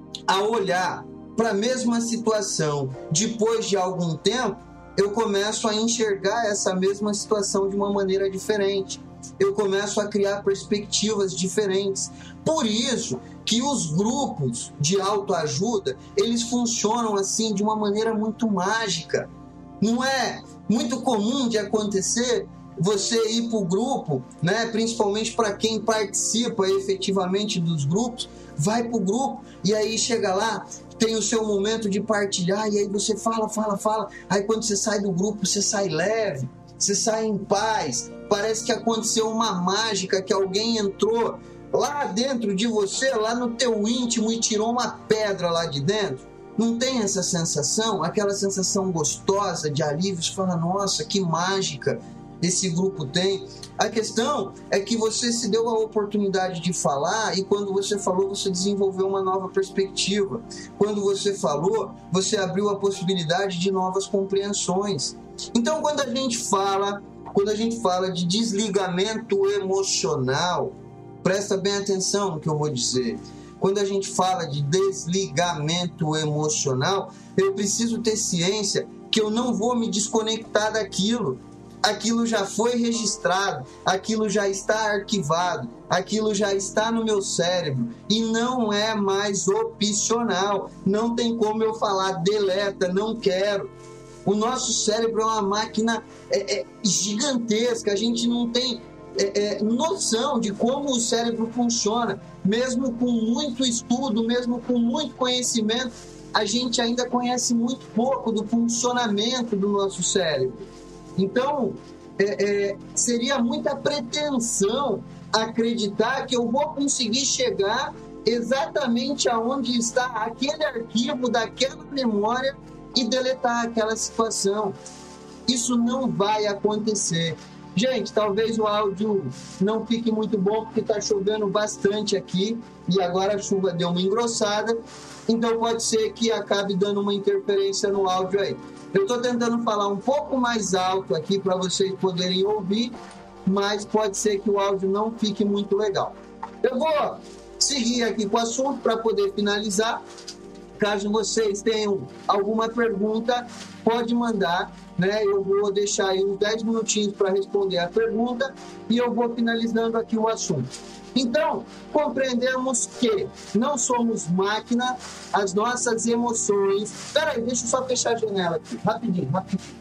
a olhar para a mesma situação depois de algum tempo, eu começo a enxergar essa mesma situação de uma maneira diferente. Eu começo a criar perspectivas diferentes. Por isso que os grupos de autoajuda, eles funcionam assim de uma maneira muito mágica. Não é muito comum de acontecer você ir para o grupo, né? Principalmente para quem participa efetivamente dos grupos, vai para o grupo e aí chega lá, tem o seu momento de partilhar, e aí você fala, fala, fala. Aí quando você sai do grupo, você sai leve, você sai em paz. Parece que aconteceu uma mágica, que alguém entrou lá dentro de você, lá no teu íntimo, e tirou uma pedra lá de dentro. Não tem essa sensação? Aquela sensação gostosa de alívio? Você fala, nossa, que mágica esse grupo tem. A questão é que você se deu a oportunidade de falar, e quando você falou, você desenvolveu uma nova perspectiva. Quando você falou, você abriu a possibilidade de novas compreensões. Então, quando a gente fala... Quando a gente fala de desligamento emocional, presta bem atenção no que eu vou dizer. Quando a gente fala de desligamento emocional, eu preciso ter ciência que eu não vou me desconectar daquilo. Aquilo já foi registrado, aquilo já está arquivado, aquilo já está no meu cérebro e não é mais opcional. Não tem como eu falar, deleta, não quero. O nosso cérebro é uma máquina é, é, gigantesca, a gente não tem é, é, noção de como o cérebro funciona. Mesmo com muito estudo, mesmo com muito conhecimento, a gente ainda conhece muito pouco do funcionamento do nosso cérebro. Então, é, é, seria muita pretensão acreditar que eu vou conseguir chegar exatamente aonde está aquele arquivo daquela memória e deletar aquela situação. Isso não vai acontecer. Gente, talvez o áudio não fique muito bom porque está chovendo bastante aqui e agora a chuva deu uma engrossada, então pode ser que acabe dando uma interferência no áudio aí. Eu estou tentando falar um pouco mais alto aqui para vocês poderem ouvir, mas pode ser que o áudio não fique muito legal. Eu vou seguir aqui com o assunto para poder finalizar. Caso vocês tenham alguma pergunta, pode mandar, né? Eu vou deixar aí uns dez minutinhos para responder a pergunta e eu vou finalizando aqui o assunto. Então, compreendemos que não somos máquina, as nossas emoções... Espera aí, deixa eu só fechar a janela aqui, rapidinho, rapidinho.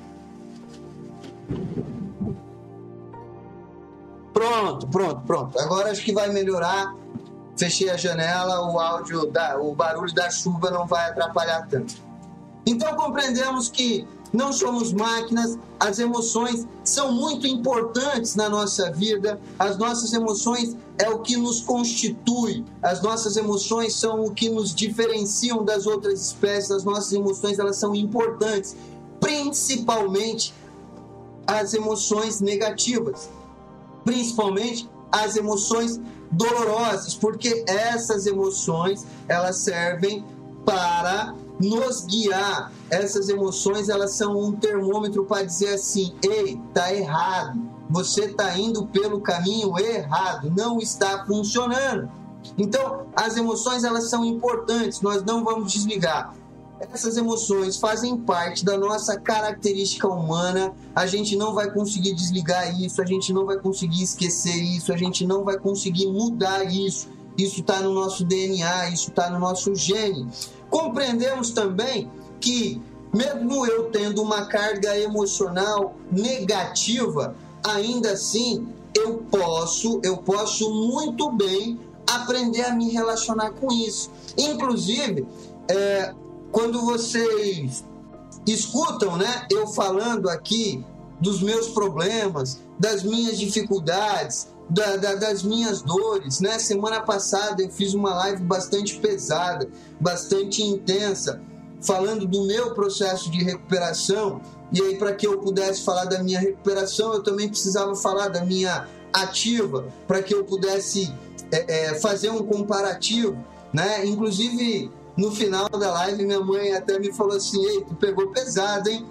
Pronto, pronto, pronto. Agora acho que vai melhorar. Fechei a janela, o áudio, da, o barulho da chuva não vai atrapalhar tanto. Então compreendemos que não somos máquinas, as emoções são muito importantes na nossa vida, as nossas emoções é o que nos constitui, as nossas emoções são o que nos diferenciam das outras espécies, as nossas emoções elas são importantes, principalmente as emoções negativas, principalmente as emoções dolorosas, porque essas emoções elas servem para nos guiar. Essas emoções elas são um termômetro para dizer assim: ei, tá errado, você está indo pelo caminho errado, não está funcionando. Então as emoções elas são importantes, nós não vamos desligar. Essas emoções fazem parte da nossa característica humana, a gente não vai conseguir desligar isso, a gente não vai conseguir esquecer isso, a gente não vai conseguir mudar isso. isso está no nosso D N A, isso está no nosso gene. Compreendemos também que, mesmo eu tendo uma carga emocional negativa, ainda assim eu posso, eu posso muito bem aprender a me relacionar com isso. Inclusive, é, quando vocês escutam, né, eu falando aqui dos meus problemas, das minhas dificuldades, da, da, das minhas dores, né? Semana passada eu fiz uma live bastante pesada, bastante intensa, falando do meu processo de recuperação. E aí, para que eu pudesse falar da minha recuperação, eu também precisava falar da minha ativa, para que eu pudesse é, é, fazer um comparativo, né? Inclusive, no final da live, minha mãe até me falou assim: ei, tu pegou pesado, hein?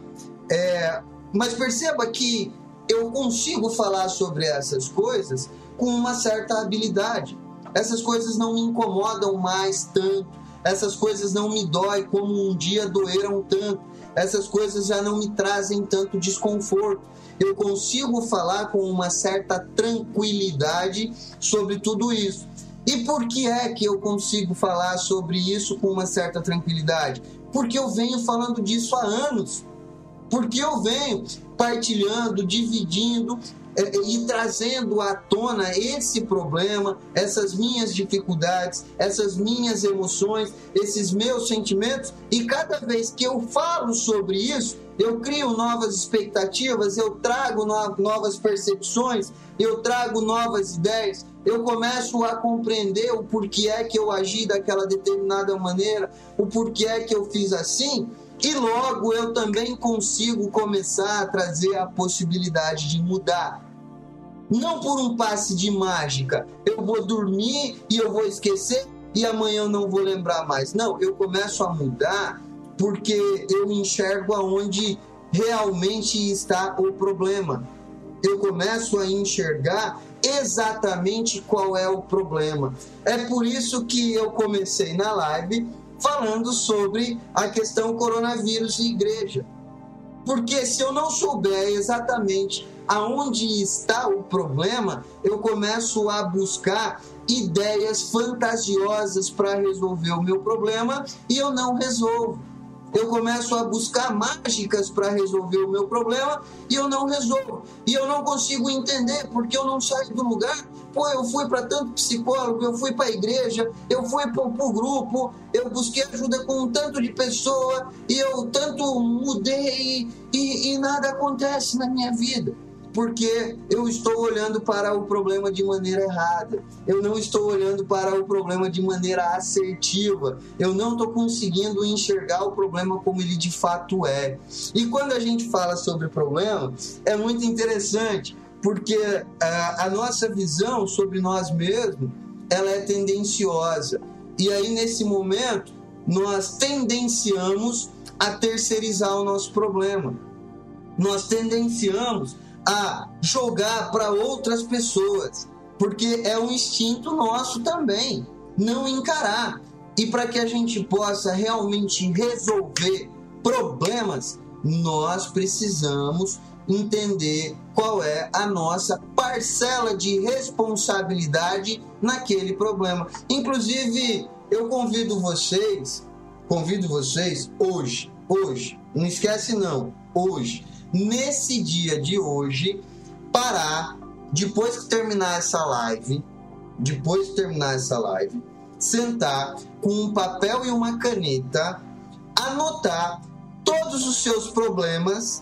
É, mas perceba que eu consigo falar sobre essas coisas com uma certa habilidade. Essas coisas não me incomodam mais tanto, essas coisas não me doem como um dia doeram tanto, essas coisas já não me trazem tanto desconforto. Eu consigo falar com uma certa tranquilidade sobre tudo isso. E por que é que eu consigo falar sobre isso com uma certa tranquilidade? Porque eu venho falando disso há anos. Porque eu venho partilhando, dividindo é, e trazendo à tona esse problema, essas minhas dificuldades, essas minhas emoções, esses meus sentimentos. E cada vez que eu falo sobre isso, eu crio novas expectativas, eu trago no- novas percepções, eu trago novas ideias, eu começo a compreender o porquê é que eu agi daquela determinada maneira, o porquê é que eu fiz assim. E logo eu também consigo começar a trazer a possibilidade de mudar. Não por um passe de mágica, eu vou dormir e eu vou esquecer e amanhã eu não vou lembrar mais. Não, eu começo a mudar porque eu enxergo aonde realmente está o problema. Eu começo a enxergar exatamente qual é o problema. É por isso que eu comecei na live falando sobre a questão coronavírus e igreja. Porque se eu não souber exatamente aonde está o problema, eu começo a buscar ideias fantasiosas para resolver o meu problema e eu não resolvo. Eu começo a buscar mágicas para resolver o meu problema e eu não resolvo. E eu não consigo entender porque eu não saio do lugar. Pô, eu fui para tanto psicólogo, eu fui para a igreja, eu fui para o grupo, eu busquei ajuda com um tanto de pessoa e eu tanto mudei e, e nada acontece na minha vida. Porque eu estou olhando para o problema de maneira errada. Eu não estou olhando para o problema de maneira assertiva. Eu não estou conseguindo enxergar o problema como ele de fato é. E quando a gente fala sobre problema, é muito interessante, porque a, a nossa visão sobre nós mesmos, ela é tendenciosa. E aí, nesse momento, nós tendenciamos a terceirizar o nosso problema. Nós tendenciamos a jogar para outras pessoas, porque é um instinto nosso também, não encarar. E para que a gente possa realmente resolver problemas, nós precisamos entender qual é a nossa parcela de responsabilidade naquele problema. Inclusive, eu convido vocês, convido vocês hoje, hoje, não esquece não, hoje, nesse dia de hoje, parar, depois que terminar essa live, depois de terminar essa live, sentar com um papel e uma caneta, anotar todos os seus problemas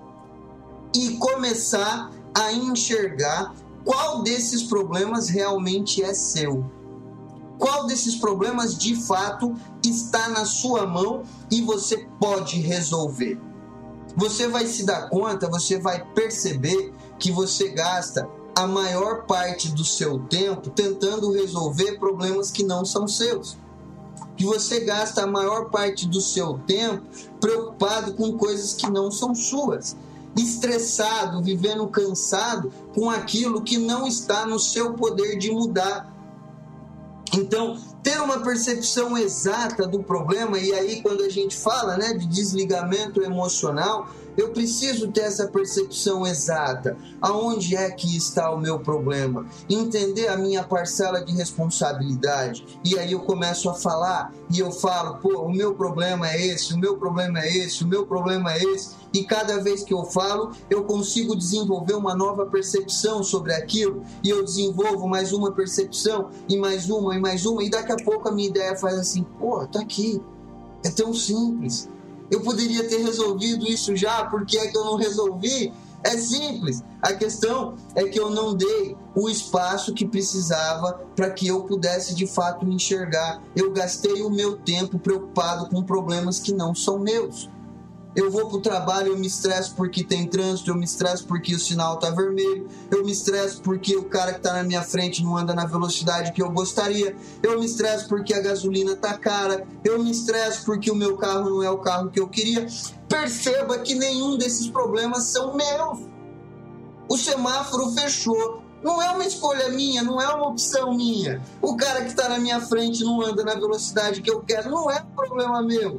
e começar a enxergar qual desses problemas realmente é seu. Qual desses problemas de fato está na sua mão e você pode resolver. Você vai se dar conta, você vai perceber que você gasta a maior parte do seu tempo tentando resolver problemas que não são seus. Que você gasta a maior parte do seu tempo preocupado com coisas que não são suas. Estressado, vivendo cansado com aquilo que não está no seu poder de mudar. Então, ter uma percepção exata do problema. E aí, quando a gente fala, né, de desligamento emocional, eu preciso ter essa percepção exata. Aonde é que está o meu problema? Entender a minha parcela de responsabilidade. E aí eu começo a falar, e eu falo, pô, o meu problema é esse, o meu problema é esse, o meu problema é esse. E cada vez que eu falo, eu consigo desenvolver uma nova percepção sobre aquilo. E eu desenvolvo mais uma percepção, e mais uma, e mais uma. E daqui a pouco a minha ideia faz assim, pô, tá aqui. É tão simples. Eu poderia ter resolvido isso já, por que é que eu não resolvi? É simples. A questão é que eu não dei o espaço que precisava para que eu pudesse de fato me enxergar. Eu gastei o meu tempo preocupado com problemas que não são meus. Eu vou para o trabalho, eu me estresso porque tem trânsito, eu me estresso porque o sinal está vermelho, eu me estresso porque o cara que está na minha frente não anda na velocidade que eu gostaria, eu me estresso porque a gasolina está cara, eu me estresso porque o meu carro não é o carro que eu queria. Perceba que nenhum desses problemas são meus. O semáforo fechou. Não é uma escolha minha, não é uma opção minha. O cara que está na minha frente não anda na velocidade que eu quero, não é um problema meu.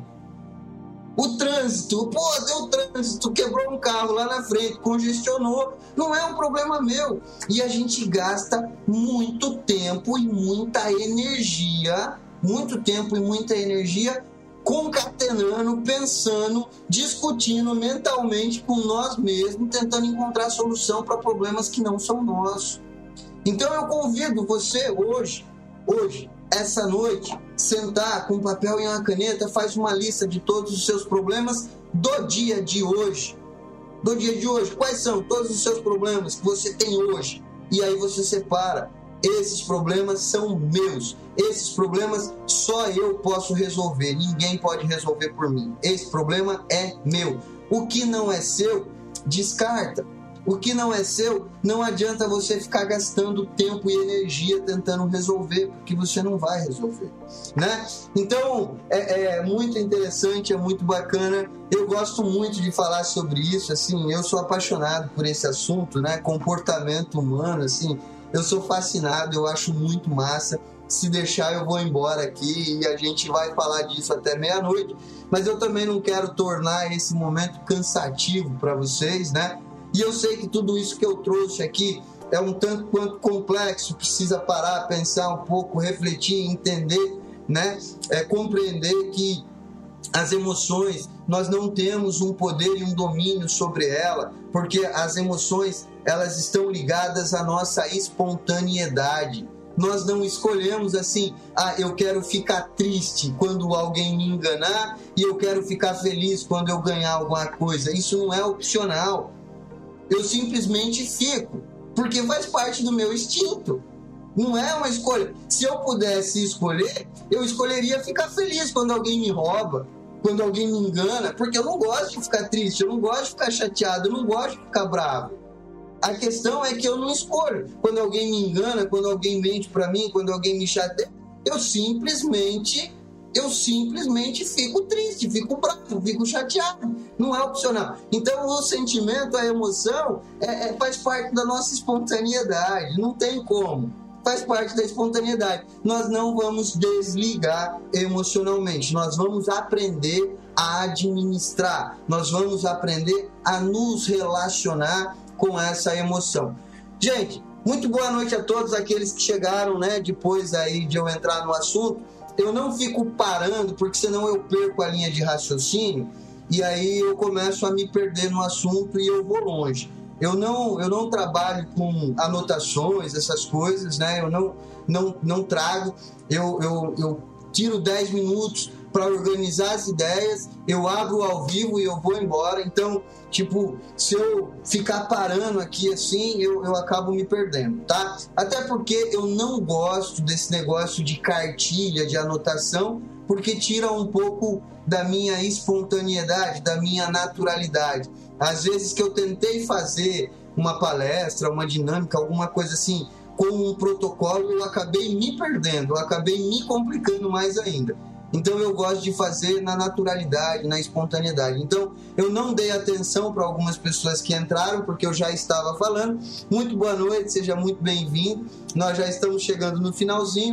O trânsito, pô, deu trânsito, quebrou um carro lá na frente, congestionou, não é um problema meu. E a gente gasta muito tempo e muita energia, muito tempo e muita energia concatenando, pensando, discutindo mentalmente com nós mesmos, tentando encontrar solução para problemas que não são nossos. Então eu convido você hoje, hoje, essa noite, sentar com um papel e uma caneta, faz uma lista de todos os seus problemas do dia de hoje. Do dia de hoje, quais são todos os seus problemas que você tem hoje? E aí você separa. Esses problemas são meus. Esses problemas só eu posso resolver. Ninguém pode resolver por mim. Esse problema é meu. O que não é seu, descarta. O que não é seu, não adianta você ficar gastando tempo e energia tentando resolver, porque você não vai resolver, né? Então, é, é muito interessante, é muito bacana. Eu gosto muito de falar sobre isso, assim, eu sou apaixonado por esse assunto, né? Comportamento humano, assim, eu sou fascinado, eu acho muito massa. Se deixar, eu vou embora aqui e a gente vai falar disso até meia-noite, mas eu também não quero tornar esse momento cansativo para vocês, né? E eu sei que tudo isso que eu trouxe aqui é um tanto quanto complexo, precisa parar, pensar um pouco, refletir, entender, né? É, compreender que as emoções, nós não temos um poder e um domínio sobre ela, porque as emoções, elas estão ligadas à nossa espontaneidade. Nós não escolhemos assim, ah, eu quero ficar triste quando alguém me enganar e eu quero ficar feliz quando eu ganhar alguma coisa. Isso não é opcional. Eu simplesmente fico, porque faz parte do meu instinto. Não é uma escolha. Se eu pudesse escolher, eu escolheria ficar feliz quando alguém me rouba, quando alguém me engana, porque eu não gosto de ficar triste, eu não gosto de ficar chateado, eu não gosto de ficar bravo. A questão é que eu não escolho. Quando alguém me engana, quando alguém mente para mim, quando alguém me chateia, eu simplesmente... eu simplesmente fico triste, fico bravo, fico chateado. Não é opcional. Então, o sentimento, a emoção, é, é, faz parte da nossa espontaneidade. Não tem como. Faz parte da espontaneidade. Nós não vamos desligar emocionalmente. Nós vamos aprender a administrar. Nós vamos aprender a nos relacionar com essa emoção. Gente, muito boa noite a todos aqueles que chegaram, né, depois aí de eu entrar no assunto. Eu não fico parando, porque senão eu perco a linha de raciocínio e aí eu começo a me perder no assunto e eu vou longe. Eu não, eu não trabalho com anotações, essas coisas, né? Eu não, não, não trago, eu, eu, eu tiro dez minutos para organizar as ideias, eu abro ao vivo e eu vou embora. Então, tipo, se eu ficar parando aqui assim, eu, eu acabo me perdendo, tá? Até porque eu não gosto desse negócio de cartilha, de anotação, porque tira um pouco da minha espontaneidade, da minha naturalidade. Às vezes que eu tentei fazer uma palestra, uma dinâmica, alguma coisa assim, com um protocolo, eu acabei me perdendo, eu acabei me complicando mais ainda. Então eu gosto de fazer na naturalidade, na espontaneidade. Então eu não dei atenção para algumas pessoas que entraram, porque eu já estava falando. Muito boa noite, seja muito bem-vindo. Nós já estamos chegando no finalzinho.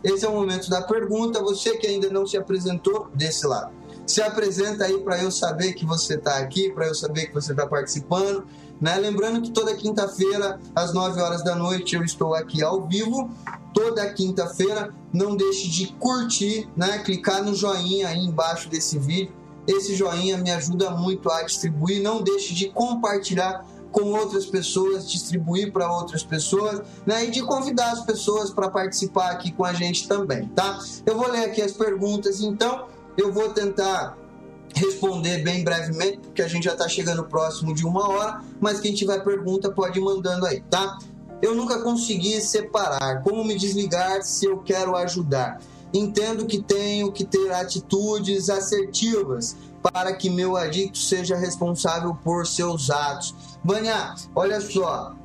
esse é o momento da pergunta. Você que ainda não se apresentou, desse lado, se apresenta aí para eu saber que você está aqui, para eu saber que você está participando, né? Lembrando que toda quinta-feira, às nove horas da noite, eu estou aqui ao vivo. Toda quinta-feira, não deixe de curtir, né? Clicar no joinha aí embaixo desse vídeo. Esse joinha me ajuda muito a distribuir. Não deixe de compartilhar com outras pessoas, distribuir para outras pessoas, né? E de convidar as pessoas para participar aqui com a gente também, tá? Eu vou ler aqui as perguntas, então eu vou tentar responder bem brevemente, porque a gente já está chegando próximo de uma hora, mas quem tiver pergunta pode ir mandando aí, tá? Eu nunca consegui separar como me desligar se eu quero ajudar. Entendo que tenho que ter atitudes assertivas para que meu adicto seja responsável por seus atos. Vânia, olha só,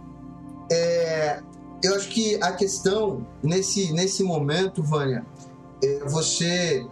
é, eu acho que a questão nesse, nesse momento, Vânia, é você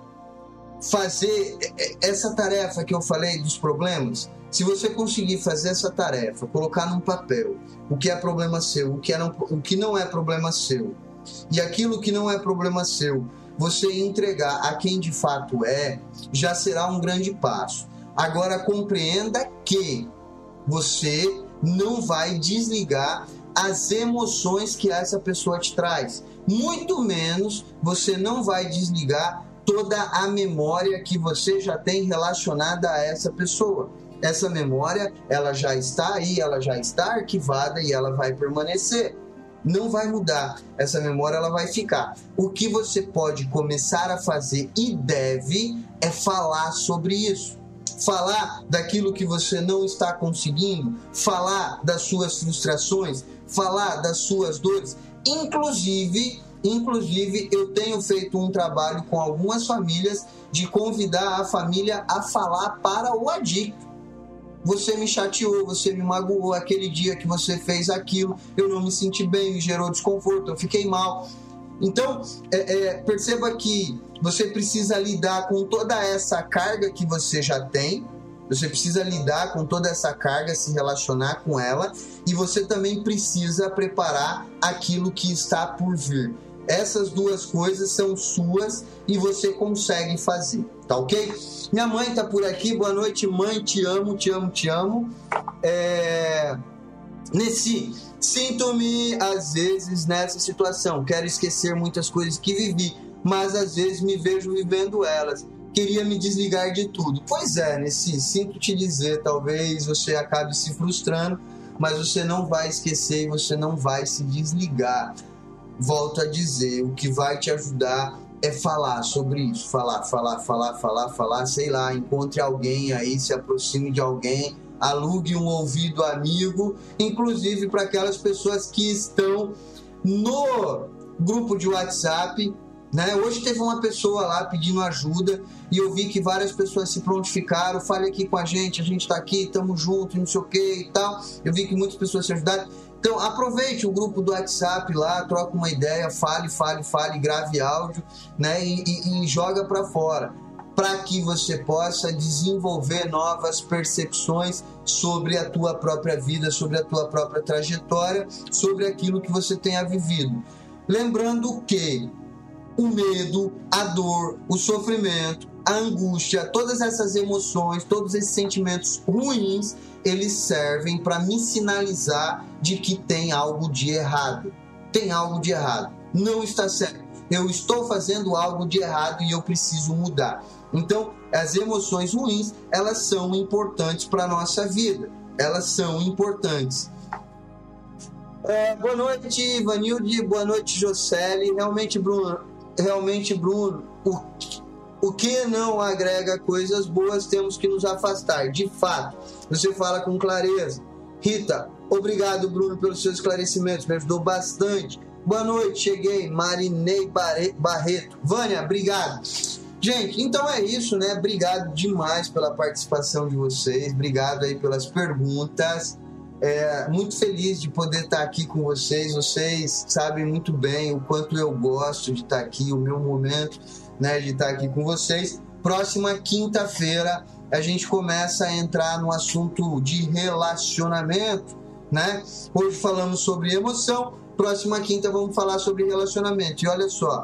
fazer essa tarefa que eu falei dos problemas. Se você conseguir fazer essa tarefa, colocar num papel o que é problema seu, o que, é não, o que não é problema seu, e aquilo que não é problema seu, você entregar a quem de fato é, já será um grande passo. Agora compreenda que você não vai desligar as emoções que essa pessoa te traz. Muito menos você não vai desligar toda a memória que você já tem relacionada a essa pessoa. Essa memória, ela já está aí, ela já está arquivada e ela vai permanecer. Não vai mudar. Essa memória, ela vai ficar. O que você pode começar a fazer e deve é falar sobre isso. Falar daquilo que você não está conseguindo, falar das suas frustrações, falar das suas dores. Inclusive, inclusive, eu tenho feito um trabalho com algumas famílias de convidar a família a falar para o adicto. Você me chateou, você me magoou, aquele dia que você fez aquilo, eu não me senti bem, me gerou desconforto, eu fiquei mal. Então, é, é, perceba que você precisa lidar com toda essa carga que você já tem, você precisa lidar com toda essa carga, se relacionar com ela, e você também precisa preparar aquilo que está por vir. Essas duas coisas são suas e você consegue fazer, tá ok? Minha mãe tá por aqui, boa noite, mãe, te amo, te amo, te amo. É... Nesse, sinto-me às vezes nessa situação, quero esquecer muitas coisas que vivi, mas às vezes me vejo vivendo elas, queria me desligar de tudo. Pois é, Nesse, sinto te dizer, talvez você acabe se frustrando, mas você não vai esquecer e você não vai se desligar. Volto a dizer, o que vai te ajudar é falar sobre isso, falar, falar, falar, falar, falar, sei lá, encontre alguém aí, se aproxime de alguém, alugue um ouvido amigo, inclusive para aquelas pessoas que estão no grupo de WhatsApp, né? Hoje teve uma pessoa lá pedindo ajuda e eu vi que várias pessoas se prontificaram, fale aqui com a gente, a gente está aqui, estamos juntos, não sei o que e tal, eu vi que muitas pessoas se ajudaram. Então, aproveite o grupo do WhatsApp lá, troca uma ideia, fale, fale, fale, grave áudio, né, e, e, e joga para fora, para que você possa desenvolver novas percepções sobre a tua própria vida, sobre a tua própria trajetória, sobre aquilo que você tenha vivido. Lembrando que o medo, a dor, o sofrimento, a angústia, todas essas emoções, todos esses sentimentos ruins, eles servem para me sinalizar de que tem algo de errado. Tem algo de errado. Não está certo. Eu estou fazendo algo de errado e eu preciso mudar. Então, as emoções ruins, elas são importantes para a nossa vida. Elas são importantes. É, boa noite, Ivanilde. Boa noite, Jocely. Realmente, Bruno, realmente, Bruno, o O que não agrega coisas boas, temos que nos afastar. De fato, você fala com clareza. Rita, obrigado, Bruno, pelos seus esclarecimentos, me ajudou bastante. Boa noite, cheguei, Marinei Barreto. Vânia, obrigado. Gente, então é isso, né? Obrigado demais pela participação de vocês, obrigado aí pelas perguntas. É, muito feliz de poder estar aqui com vocês. Vocês sabem muito bem o quanto eu gosto de estar aqui, o meu momento, né, de estar aqui com vocês. Próxima quinta-feira a gente começa a entrar no assunto de relacionamento, né? Hoje falamos sobre emoção, próxima quinta vamos falar sobre relacionamento. E olha só,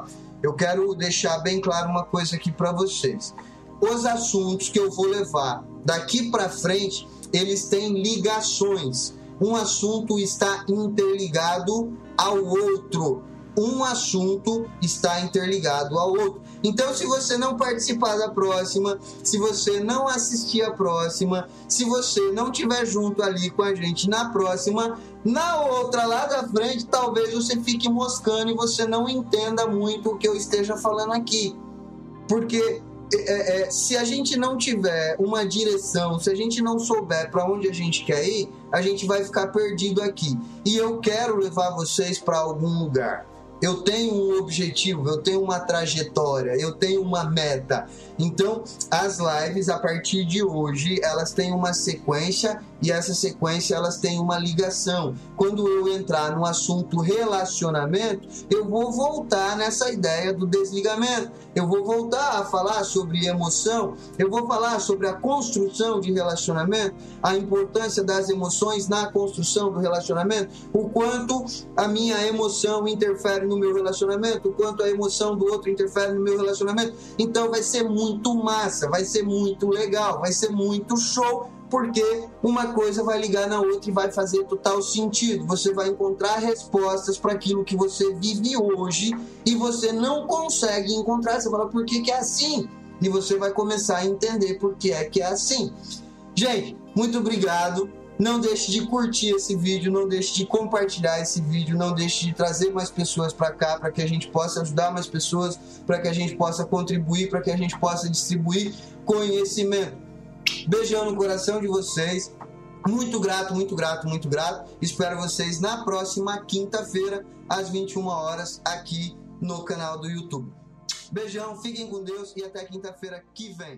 eu quero deixar bem claro uma coisa aqui para vocês. Os assuntos que eu vou levar daqui para frente, eles têm ligações. Um assunto está interligado ao outro. Um assunto está interligado ao outro. Então, se você não participar da próxima, se você não assistir a próxima, se você não estiver junto ali com a gente na próxima, na outra lá da frente, talvez você fique moscando e você não entenda muito o que eu esteja falando aqui. Porque é, é, se a gente não tiver uma direção, se a gente não souber para onde a gente quer ir, a gente vai ficar perdido aqui. E eu quero levar vocês para algum lugar. Eu tenho um objetivo, eu tenho uma trajetória, eu tenho uma meta. Então, as lives, a partir de hoje, elas têm uma sequência e essa sequência, elas têm uma ligação. Quando eu entrar no assunto relacionamento, eu vou voltar nessa ideia do desligamento. Eu vou voltar a falar sobre emoção, eu vou falar sobre a construção de relacionamento, a importância das emoções na construção do relacionamento, o quanto a minha emoção interfere no meu relacionamento, o quanto a emoção do outro interfere no meu relacionamento. Então vai ser muito massa, vai ser muito legal, vai ser muito show, porque uma coisa vai ligar na outra e vai fazer total sentido. Você vai encontrar respostas para aquilo que você vive hoje e você não consegue encontrar. Você fala, por que que é assim? E você vai começar a entender por que é que é assim. Gente, muito obrigado. Não deixe de curtir esse vídeo, não deixe de compartilhar esse vídeo, não deixe de trazer mais pessoas para cá, para que a gente possa ajudar mais pessoas, para que a gente possa contribuir, para que a gente possa distribuir conhecimento. Beijão no coração de vocês. Muito grato, muito grato, muito grato. Espero vocês na próxima quinta-feira, às vinte e uma horas, aqui no canal do YouTube. Beijão, fiquem com Deus e até quinta-feira que vem.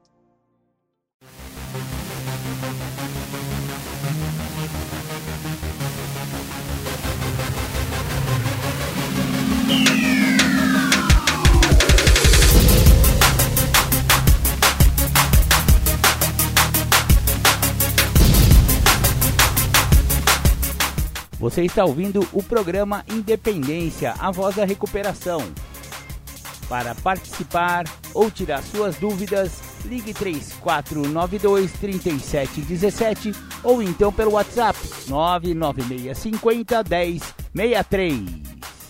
Você está ouvindo o programa Independência, a voz da recuperação. Para participar ou tirar suas dúvidas, ligue três quatro nove dois, três sete um sete ou então pelo WhatsApp nove nove seis cinco zero, um zero seis três.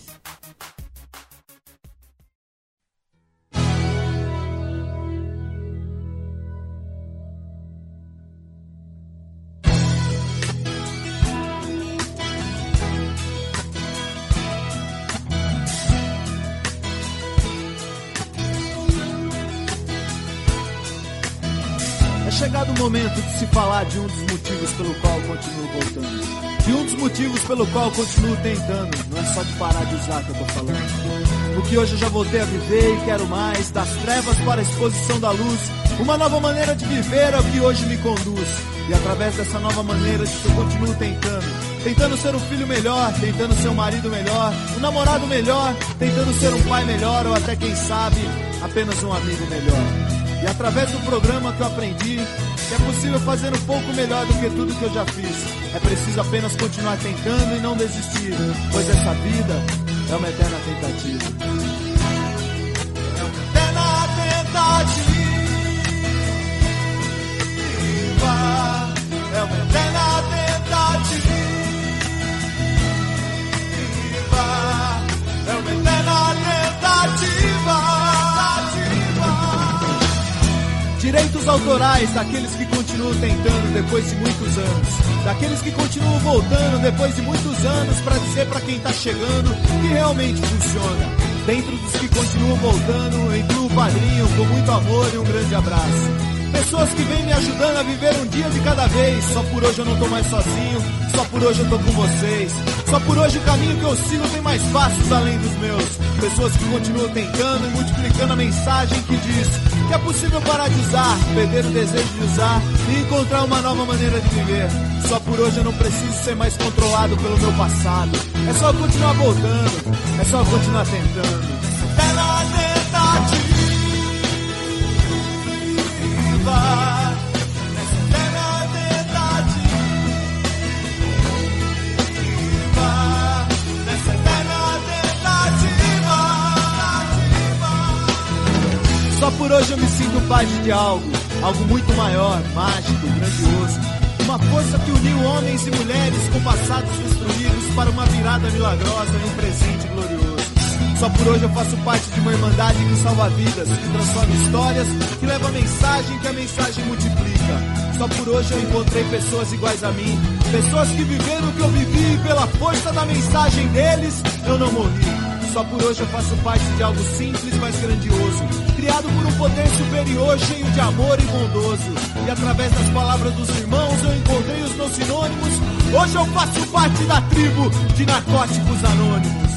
Chegado o momento de se falar de um dos motivos pelo qual continuo voltando. De um dos motivos pelo qual continuo tentando. Não é só de parar de usar que eu tô falando. Porque hoje eu já voltei a viver e quero mais. Das trevas para a exposição da luz. Uma nova maneira de viver é o que hoje me conduz. E através dessa nova maneira eu continuo tentando. Tentando ser um filho melhor, tentando ser um marido melhor, um namorado melhor, tentando ser um pai melhor ou até quem sabe, apenas um amigo melhor. E através do programa que eu aprendi que é possível fazer um pouco melhor do que tudo que eu já fiz. É preciso apenas continuar tentando e não desistir, pois essa vida é uma eterna tentativa. É uma eterna tentativa. É uma eterna tentativa. É uma eterna tentativa. Direitos autorais daqueles que continuam tentando depois de muitos anos. Daqueles que continuam voltando depois de muitos anos para dizer para quem tá chegando que realmente funciona. Dentro dos que continuam voltando, eu incluo o padrinho com muito amor e um grande abraço. Pessoas que vêm me ajudando a viver um dia de cada vez. Só por hoje eu não tô mais sozinho, só por hoje eu tô com vocês. Só por hoje o caminho que eu sigo tem mais passos além dos meus. Pessoas que continuam tentando e multiplicando a mensagem que diz que é possível parar de usar, perder o desejo de usar e encontrar uma nova maneira de viver. Só por hoje eu não preciso ser mais controlado pelo meu passado. É só continuar voltando, é só continuar tentando. É na tentativa. por hoje eu me sinto parte de algo, algo muito maior, mágico, grandioso. Uma força que uniu homens e mulheres com passados destruídos para uma virada milagrosa e um presente glorioso. Só por hoje eu faço parte de uma irmandade que salva vidas, que transforma histórias, que leva a mensagem, que a mensagem multiplica. Só por hoje eu encontrei pessoas iguais a mim, pessoas que viveram o que eu vivi e pela força da mensagem deles eu não morri. Só por hoje eu faço parte de algo simples, mas grandioso, criado por um poder superior, cheio de amor e bondoso. E através das palavras dos irmãos eu encontrei os meus sinônimos. Hoje eu faço parte da tribo de Narcóticos Anônimos.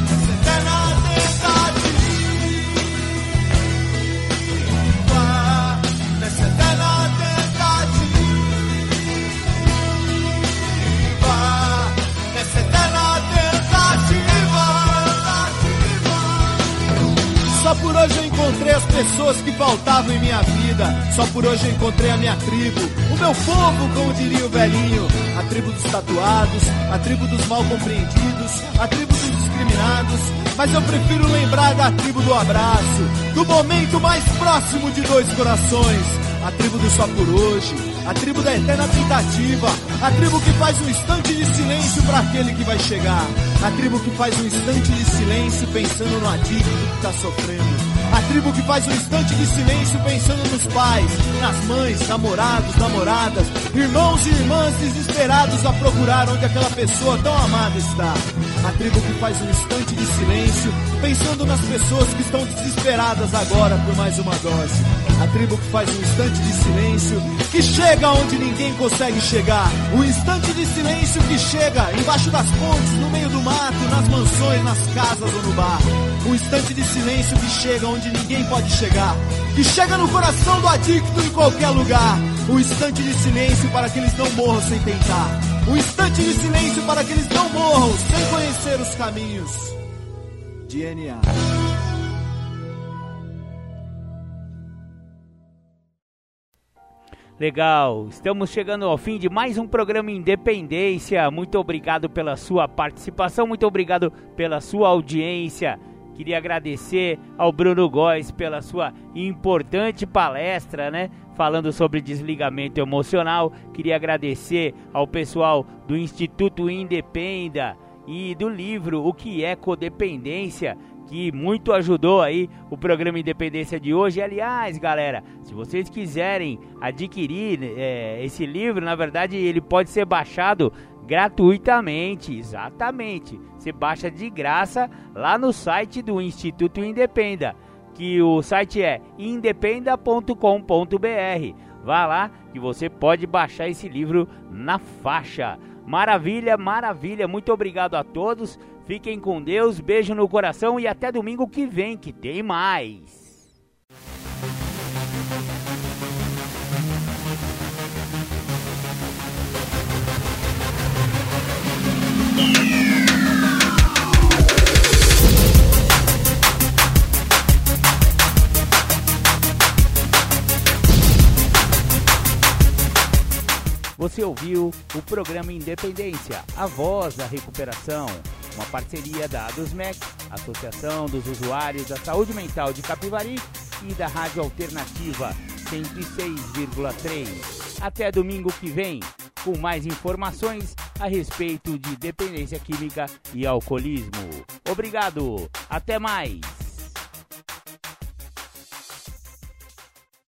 Só por hoje eu encontrei as pessoas que faltavam em minha vida. Só por hoje eu encontrei a minha tribo, o meu povo, como diria o velhinho. A tribo dos tatuados, a tribo dos mal compreendidos, a tribo dos discriminados. Mas eu prefiro lembrar da tribo do abraço, do momento mais próximo de dois corações. A tribo do só por hoje, a tribo da eterna tentativa, a tribo que faz um instante de silêncio para aquele que vai chegar, a tribo que faz um instante de silêncio pensando no adicto que está sofrendo, a tribo que faz um instante de silêncio pensando nos pais, nas mães, namorados, namoradas, irmãos e irmãs desesperados a procurar onde aquela pessoa tão amada está, a tribo que faz um instante de silêncio pensando nas pessoas que estão desesperadas agora por mais uma dose, a tribo que faz um instante de silêncio que chega onde ninguém consegue chegar, um instante de silêncio que chega embaixo das pontes, no meio do mato, nas mansões, nas casas ou no bar, um instante de silêncio que chega onde ninguém pode chegar, que chega no coração do adicto em qualquer lugar, um instante de silêncio para que eles não morram sem tentar, um instante de silêncio para que eles não morram sem conhecer os caminhos de N A. Legal, estamos chegando ao fim de mais um programa Independência. Muito obrigado pela sua participação, muito obrigado pela sua audiência. Queria agradecer ao Bruno Góes pela sua importante palestra, né? Falando sobre desligamento emocional. Queria agradecer ao pessoal do Instituto Independa e do livro O que é Codependência, que muito ajudou aí o programa Independência de hoje. Aliás, galera, se vocês quiserem adquirir é, esse livro, na verdade ele pode ser baixado gratuitamente, exatamente. Você baixa de graça lá no site do Instituto Independa, que o site é independa ponto com ponto b r. Vá lá que você pode baixar esse livro na faixa. Maravilha, maravilha, muito obrigado a todos. Fiquem com Deus, beijo no coração e até domingo que vem, que tem mais. Você ouviu o programa Independência, a voz da recuperação, uma parceria da ADUSMEC, Associação dos Usuários da Saúde Mental de Capivari, e da Rádio Alternativa cento e seis vírgula três. Até domingo que vem, com mais informações a respeito de dependência química e alcoolismo. Obrigado, até mais!